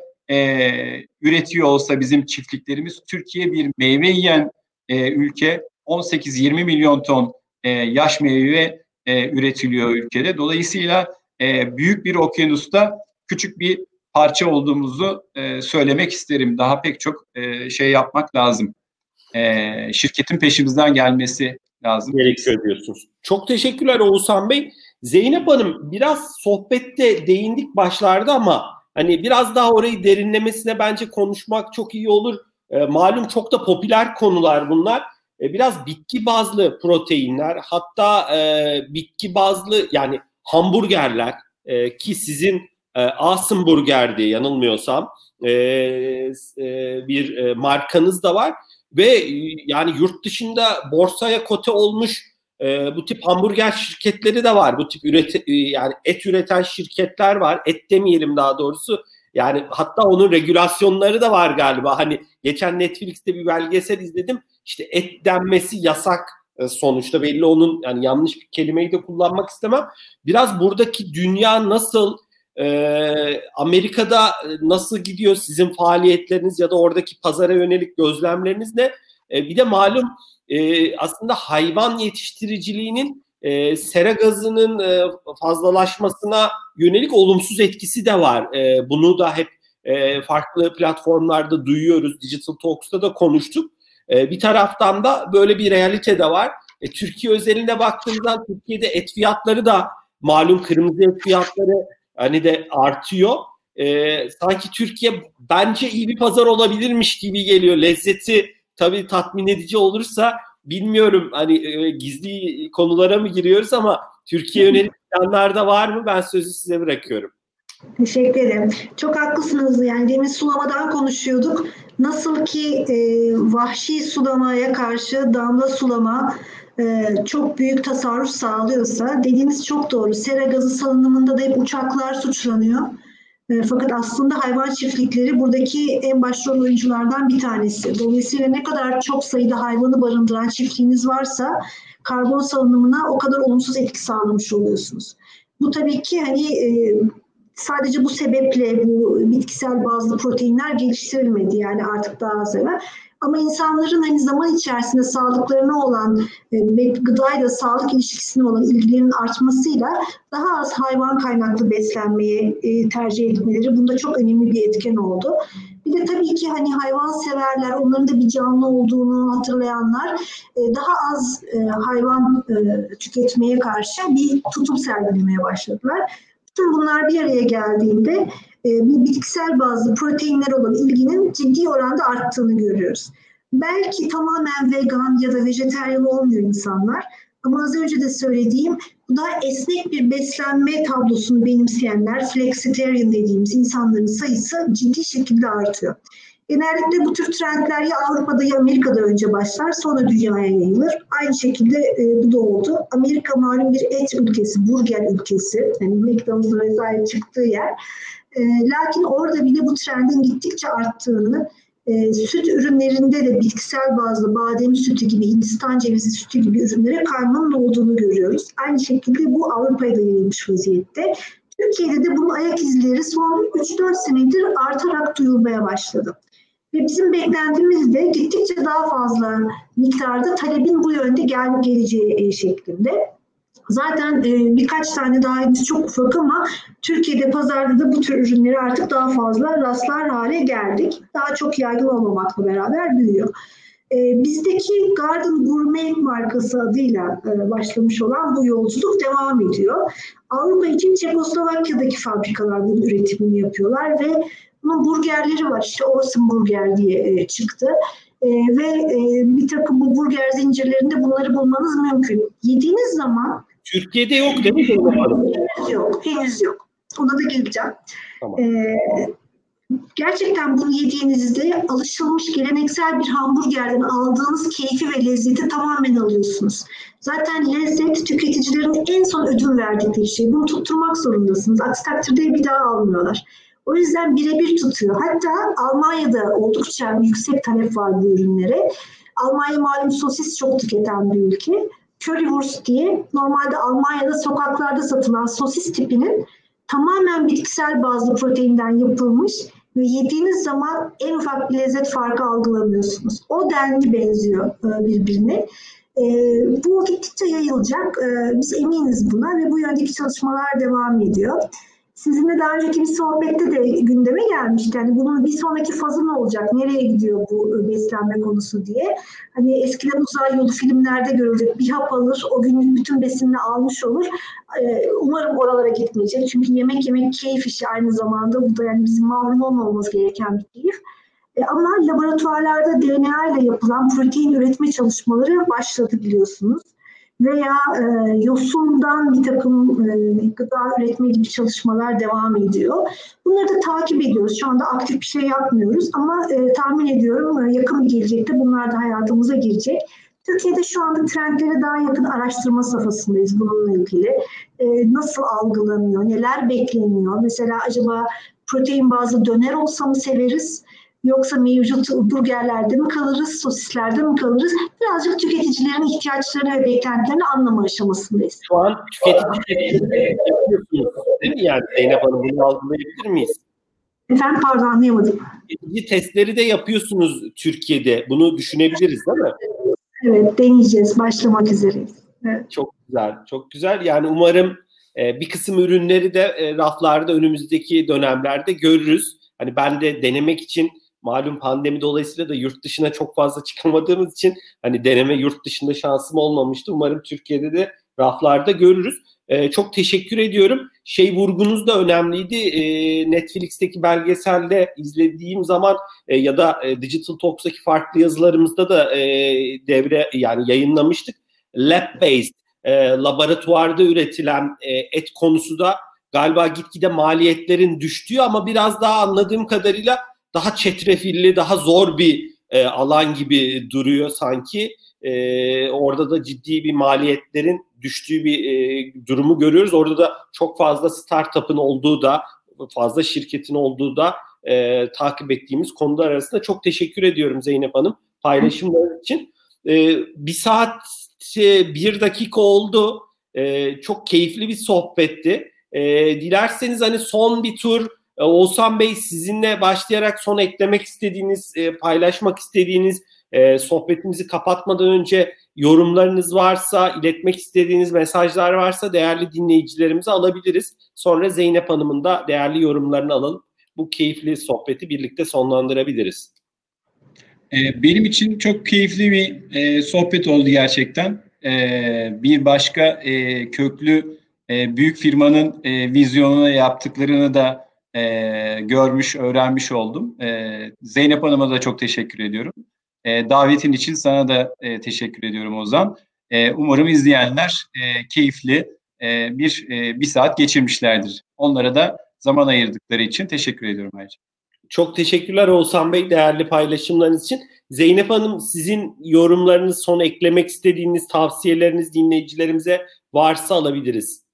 üretiyor olsa bizim çiftliklerimiz, Türkiye bir meyve yiyen ülke. 18-20 milyon ton yaş meyve üretiliyor ülkede. Dolayısıyla büyük bir okyanusta küçük bir parça olduğumuzu söylemek isterim. Daha pek çok şey yapmak lazım. Şirketin peşimizden gelmesi lazım. Gerekiyor diyorsunuz. Çok teşekkürler Oğuzhan Bey. Zeynep Hanım, biraz sohbette değindik başlarda ama hani biraz daha orayı derinlemesine bence konuşmak çok iyi olur. Malum çok da popüler konular bunlar. Biraz bitki bazlı proteinler, hatta bitki bazlı yani hamburgerler ki sizin Awesome Burger diye yanılmıyorsam bir markanız da var. ve yani yurt dışında borsaya kote olmuş bu tip hamburger şirketleri de var. Bu tip yani et üreten şirketler var. Et demeyelim daha doğrusu. Yani hatta onun regülasyonları da var galiba. Hani geçen Netflix'te bir belgesel izledim. İşte et denmesi yasak sonuçta, belli onun, yani yanlış bir kelimeyi de kullanmak istemem. Biraz buradaki dünya nasıl, Amerika'da nasıl gidiyor sizin faaliyetleriniz ya da oradaki pazara yönelik gözlemleriniz ne? Bir de malum aslında hayvan yetiştiriciliğinin sera gazının fazlalaşmasına yönelik olumsuz etkisi de var. Bunu da hep farklı platformlarda duyuyoruz. Digital Talks'ta da konuştuk. Bir taraftan da böyle bir realite de var. Türkiye özelinde baktığımızda Türkiye'de et fiyatları da malum, kırmızı et fiyatları hani de artıyor. Sanki Türkiye bence iyi bir pazar olabilirmiş gibi geliyor. Lezzeti tabii tatmin edici olursa, bilmiyorum hani gizli konulara mı giriyoruz ama Türkiye yönelik planlar da var mı? Ben sözü size bırakıyorum. Teşekkür ederim. Çok haklısınız. Yani demin sulamadan konuşuyorduk. Nasıl ki vahşi sulamaya karşı damla sulama çok büyük tasarruf sağlıyorsa, dediğiniz çok doğru. Sera gazı salınımında da hep uçaklar suçlanıyor. Fakat aslında hayvan çiftlikleri buradaki en başrol oyunculardan bir tanesi. Dolayısıyla ne kadar çok sayıda hayvanı barındıran çiftliğiniz varsa karbon salınımına o kadar olumsuz etki sağlamış oluyorsunuz. Bu tabii ki hani sadece bu sebeple bu bitkisel bazlı proteinler geliştirilmedi, yani artık daha az evvel. Ama insanların hani zaman içerisinde sağlıklarına olan ve gıdayla sağlık ilişkisine olan ilgilerinin artmasıyla daha az hayvan kaynaklı beslenmeye tercih etmeleri bunda çok önemli bir etken oldu. Bir de tabii ki hani hayvan severler, onların da bir canlı olduğunu hatırlayanlar daha az hayvan tüketmeye karşı bir tutum sergilemeye başladılar. Tüm bunlar bir araya geldiğinde bu bitkisel bazlı proteinlere olan ilginin ciddi oranda arttığını görüyoruz. Belki tamamen vegan ya da vejetaryen olmuyor insanlar, ama az önce de söylediğim daha esnek bir beslenme tablosunu benimseyenler, flexitarian dediğimiz insanların sayısı ciddi şekilde artıyor. Genellikle bu tür trendler ya Avrupa'da ya Amerika'da önce başlar, sonra dünyaya yayılır. Aynı şekilde bu da oldu. Amerika malum bir et ülkesi, burger ülkesi. Yani McDonald's'ın vesaire çıktığı yer. Lakin orada bile bu trendin gittikçe arttığını, süt ürünlerinde de bitkisel bazlı badem sütü gibi, Hindistan cevizi sütü gibi ürünlere kaymanın olduğunu görüyoruz. Aynı şekilde bu Avrupa'ya da yayılmış vaziyette. Türkiye'de de bunun ayak izleri son 3-4 senedir artarak duyulmaya başladı. Ve bizim beklentimiz de gittikçe daha fazla miktarda talebin bu yönde geleceği şeklinde. Zaten birkaç tane daha henüz çok ufak ama Türkiye'de pazarda da bu tür ürünleri artık daha fazla rastlar hale geldik. Daha çok yaygın olmamakla beraber büyüyor. Bizdeki Garden Gourmet markası adıyla başlamış olan bu yolculuk devam ediyor. Avrupa için Çekoslovakya'daki fabrikalar bunun üretimini yapıyorlar ve bunun burgerleri var. İşte Awesome Burger diye çıktı. Ve bir takım bu burger zincirlerinde bunları bulmanız mümkün. Yediğiniz zaman... Türkiye'de yok değil mi? Henüz yok. Ona da geleceğim. Tamam. Gerçekten bunu yediğinizde alışılmış geleneksel bir hamburgerden aldığınız keyfi ve lezzeti tamamen alıyorsunuz. Zaten lezzet tüketicilerin en son ödün verdikleri şey. Bunu tutturmak zorundasınız. Aksi takdirde bir daha almıyorlar. O yüzden birebir tutuyor. Hatta Almanya'da oldukça yüksek talep var bu ürünlere. Almanya malum sosis çok tüketen bir ülke. Currywurst diye normalde Almanya'da sokaklarda satılan sosis tipinin tamamen bitkisel bazlı proteinden yapılmış ve yediğiniz zaman en ufak bir lezzet farkı algılamıyorsunuz. O denli benziyor birbirine. Bu gittikçe yayılacak. Biz eminiz buna ve bu yöndeki çalışmalar devam ediyor. Sizinle daha önceki bir sohbette de gündeme gelmişti. Yani bunun bir sonraki fazı ne olacak? Nereye gidiyor bu beslenme konusu diye. Hani eskiden uzay yolu filmlerde görüldük. Bir hap alır, o günlük bütün besinini almış olur. Umarım oralara gitmeyecek. Çünkü yemek keyif işi aynı zamanda. Bu da yani bizim mahrum olmamamız gereken bir keyif. Ama laboratuvarlarda DNA ile yapılan protein üretme çalışmaları başladı biliyorsunuz. veya yosundan bir takım gıda üretme gibi çalışmalar devam ediyor. Bunları da takip ediyoruz. Şu anda aktif bir şey yapmıyoruz ama tahmin ediyorum yakın bir gelecekte bunlar da hayatımıza girecek. Türkiye'de şu anda trendlere daha yakın araştırma safhasındayız bununla ilgili. Nasıl algılanıyor, neler bekleniyor? Mesela acaba protein bazlı döner olsa mı severiz? Yoksa mevcut burgerlerde mi kalırız, sosislerde mi kalırız? Birazcık tüketicilerin ihtiyaçlarını ve beklentilerini anlama aşamasındayız. Şu an tüketicileri yapıyorsunuz değil mi? Yani Zeynep Hanım, bunu algılayabilir miyiz? Efendim, pardon, anlayamadım. Tüketici testleri de yapıyorsunuz Türkiye'de. Bunu düşünebiliriz değil mi? Evet, deneyeceğiz. Başlamak üzereyiz. Evet. Çok güzel, çok güzel. Yani umarım bir kısım ürünleri de raflarda önümüzdeki dönemlerde görürüz. Hani ben de denemek için, malum pandemi dolayısıyla da yurt dışına çok fazla çıkamadığımız için hani deneme yurt dışında şansım olmamıştı. Umarım Türkiye'de de raflarda görürüz. Çok teşekkür ediyorum. Vurgunuz da önemliydi. Netflix'teki belgeselde izlediğim zaman ya da Digital Talks'taki farklı yazılarımızda da yayınlamıştık. Lab-based, laboratuvarda üretilen et konusu da galiba gitgide maliyetlerin düştüğü ama biraz daha anladığım kadarıyla daha çetrefilli, daha zor bir alan gibi duruyor sanki. Orada da ciddi bir maliyetlerin düştüğü bir durumu görüyoruz. Orada da çok fazla startup'ın olduğu da, fazla şirketin olduğu da takip ettiğimiz konular arasında. Çok teşekkür ediyorum Zeynep Hanım paylaşımlar için. 1 saat 1 dakika oldu. Çok keyifli bir sohbetti. Dilerseniz hani son bir tur Oğuzhan Bey, sizinle başlayarak son eklemek istediğiniz, paylaşmak istediğiniz, sohbetimizi kapatmadan önce yorumlarınız varsa, iletmek istediğiniz mesajlar varsa değerli dinleyicilerimize alabiliriz. Sonra Zeynep Hanım'ın da değerli yorumlarını alalım. Bu keyifli sohbeti birlikte sonlandırabiliriz. Benim için çok keyifli bir sohbet oldu gerçekten. Bir başka köklü büyük firmanın vizyonuna yaptıklarını da görmüş, öğrenmiş oldum. Zeynep Hanım'a da çok teşekkür ediyorum. Davetin için sana da teşekkür ediyorum Ozan. Umarım izleyenler keyifli bir saat geçirmişlerdir. Onlara da zaman ayırdıkları için teşekkür ediyorum ayrıca. Çok teşekkürler Oğuzhan Bey değerli paylaşımlarınız için. Zeynep Hanım, sizin yorumlarınız, son eklemek istediğiniz, tavsiyeleriniz dinleyicilerimize varsa alabiliriz.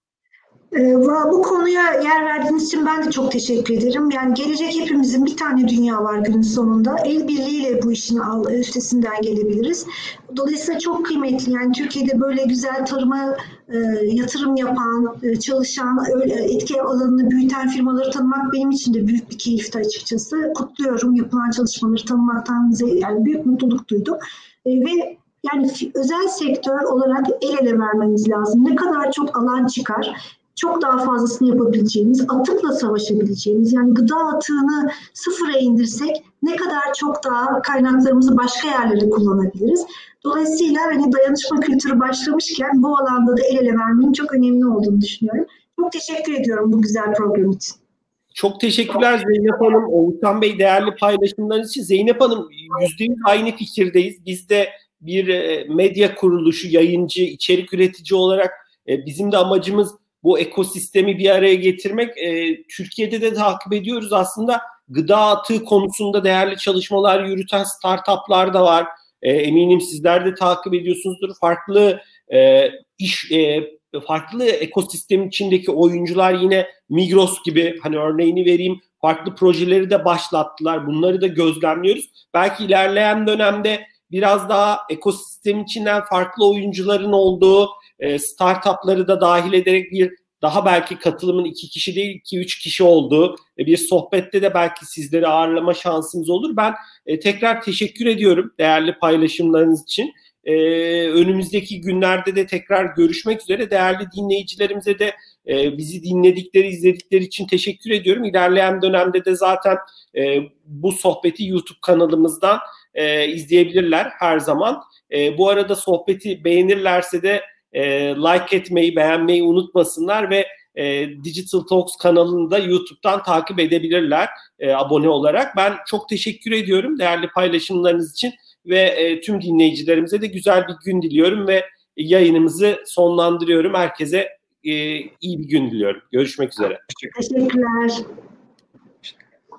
Bu konuya yer verdiğiniz için ben de çok teşekkür ederim. Yani gelecek hepimizin bir tane dünya var günün sonunda. El birliğiyle bu işin üstesinden gelebiliriz. Dolayısıyla çok kıymetli. Yani Türkiye'de böyle güzel tarıma yatırım yapan, çalışan, etki alanını büyüten firmaları tanımak benim için de büyük bir keyifti açıkçası. Kutluyorum. Yapılan çalışmaları tanımaktan yani büyük mutluluk duydum. Ve yani özel sektör olarak el ele vermemiz lazım. Ne kadar çok alan çıkar, çok daha fazlasını yapabileceğimiz, atıkla savaşabileceğimiz, yani gıda atığını sıfıra indirsek ne kadar çok daha kaynaklarımızı başka yerlere kullanabiliriz. Dolayısıyla hani dayanışma kültürü başlamışken bu alanda da el ele vermenin çok önemli olduğunu düşünüyorum. Çok teşekkür ediyorum bu güzel program için. Çok teşekkürler Zeynep Hanım, Oğuzhan Bey değerli paylaşımlarınız için. Zeynep Hanım, %100 aynı fikirdeyiz. Biz de bir medya kuruluşu, yayıncı, içerik üretici olarak bizim de amacımız bu ekosistemi bir araya getirmek. Türkiye'de de takip ediyoruz aslında. Gıda atığı konusunda değerli çalışmalar yürüten startuplar da var. Eminim sizler de takip ediyorsunuzdur. Farklı ekosistem içindeki oyuncular yine Migros gibi, hani örneğini vereyim, farklı projeleri de başlattılar. Bunları da gözlemliyoruz. Belki ilerleyen dönemde biraz daha ekosistem içinden farklı oyuncuların olduğu startupları da dahil ederek bir daha belki katılımın 2 kişi değil 2-3 kişi olduğu bir sohbette de belki sizleri ağırlama şansımız olur. Ben tekrar teşekkür ediyorum değerli paylaşımlarınız için. Önümüzdeki günlerde de tekrar görüşmek üzere. Değerli dinleyicilerimize de bizi dinledikleri, izledikleri için teşekkür ediyorum. İlerleyen dönemde de zaten bu sohbeti YouTube kanalımızdan izleyebilirler her zaman. Bu arada sohbeti beğenirlerse de like etmeyi, beğenmeyi unutmasınlar ve Digital Talks kanalını da YouTube'dan takip edebilirler abone olarak. Ben çok teşekkür ediyorum değerli paylaşımlarınız için ve tüm dinleyicilerimize de güzel bir gün diliyorum ve yayınımızı sonlandırıyorum. Herkese iyi bir gün diliyorum. Görüşmek üzere. Teşekkürler.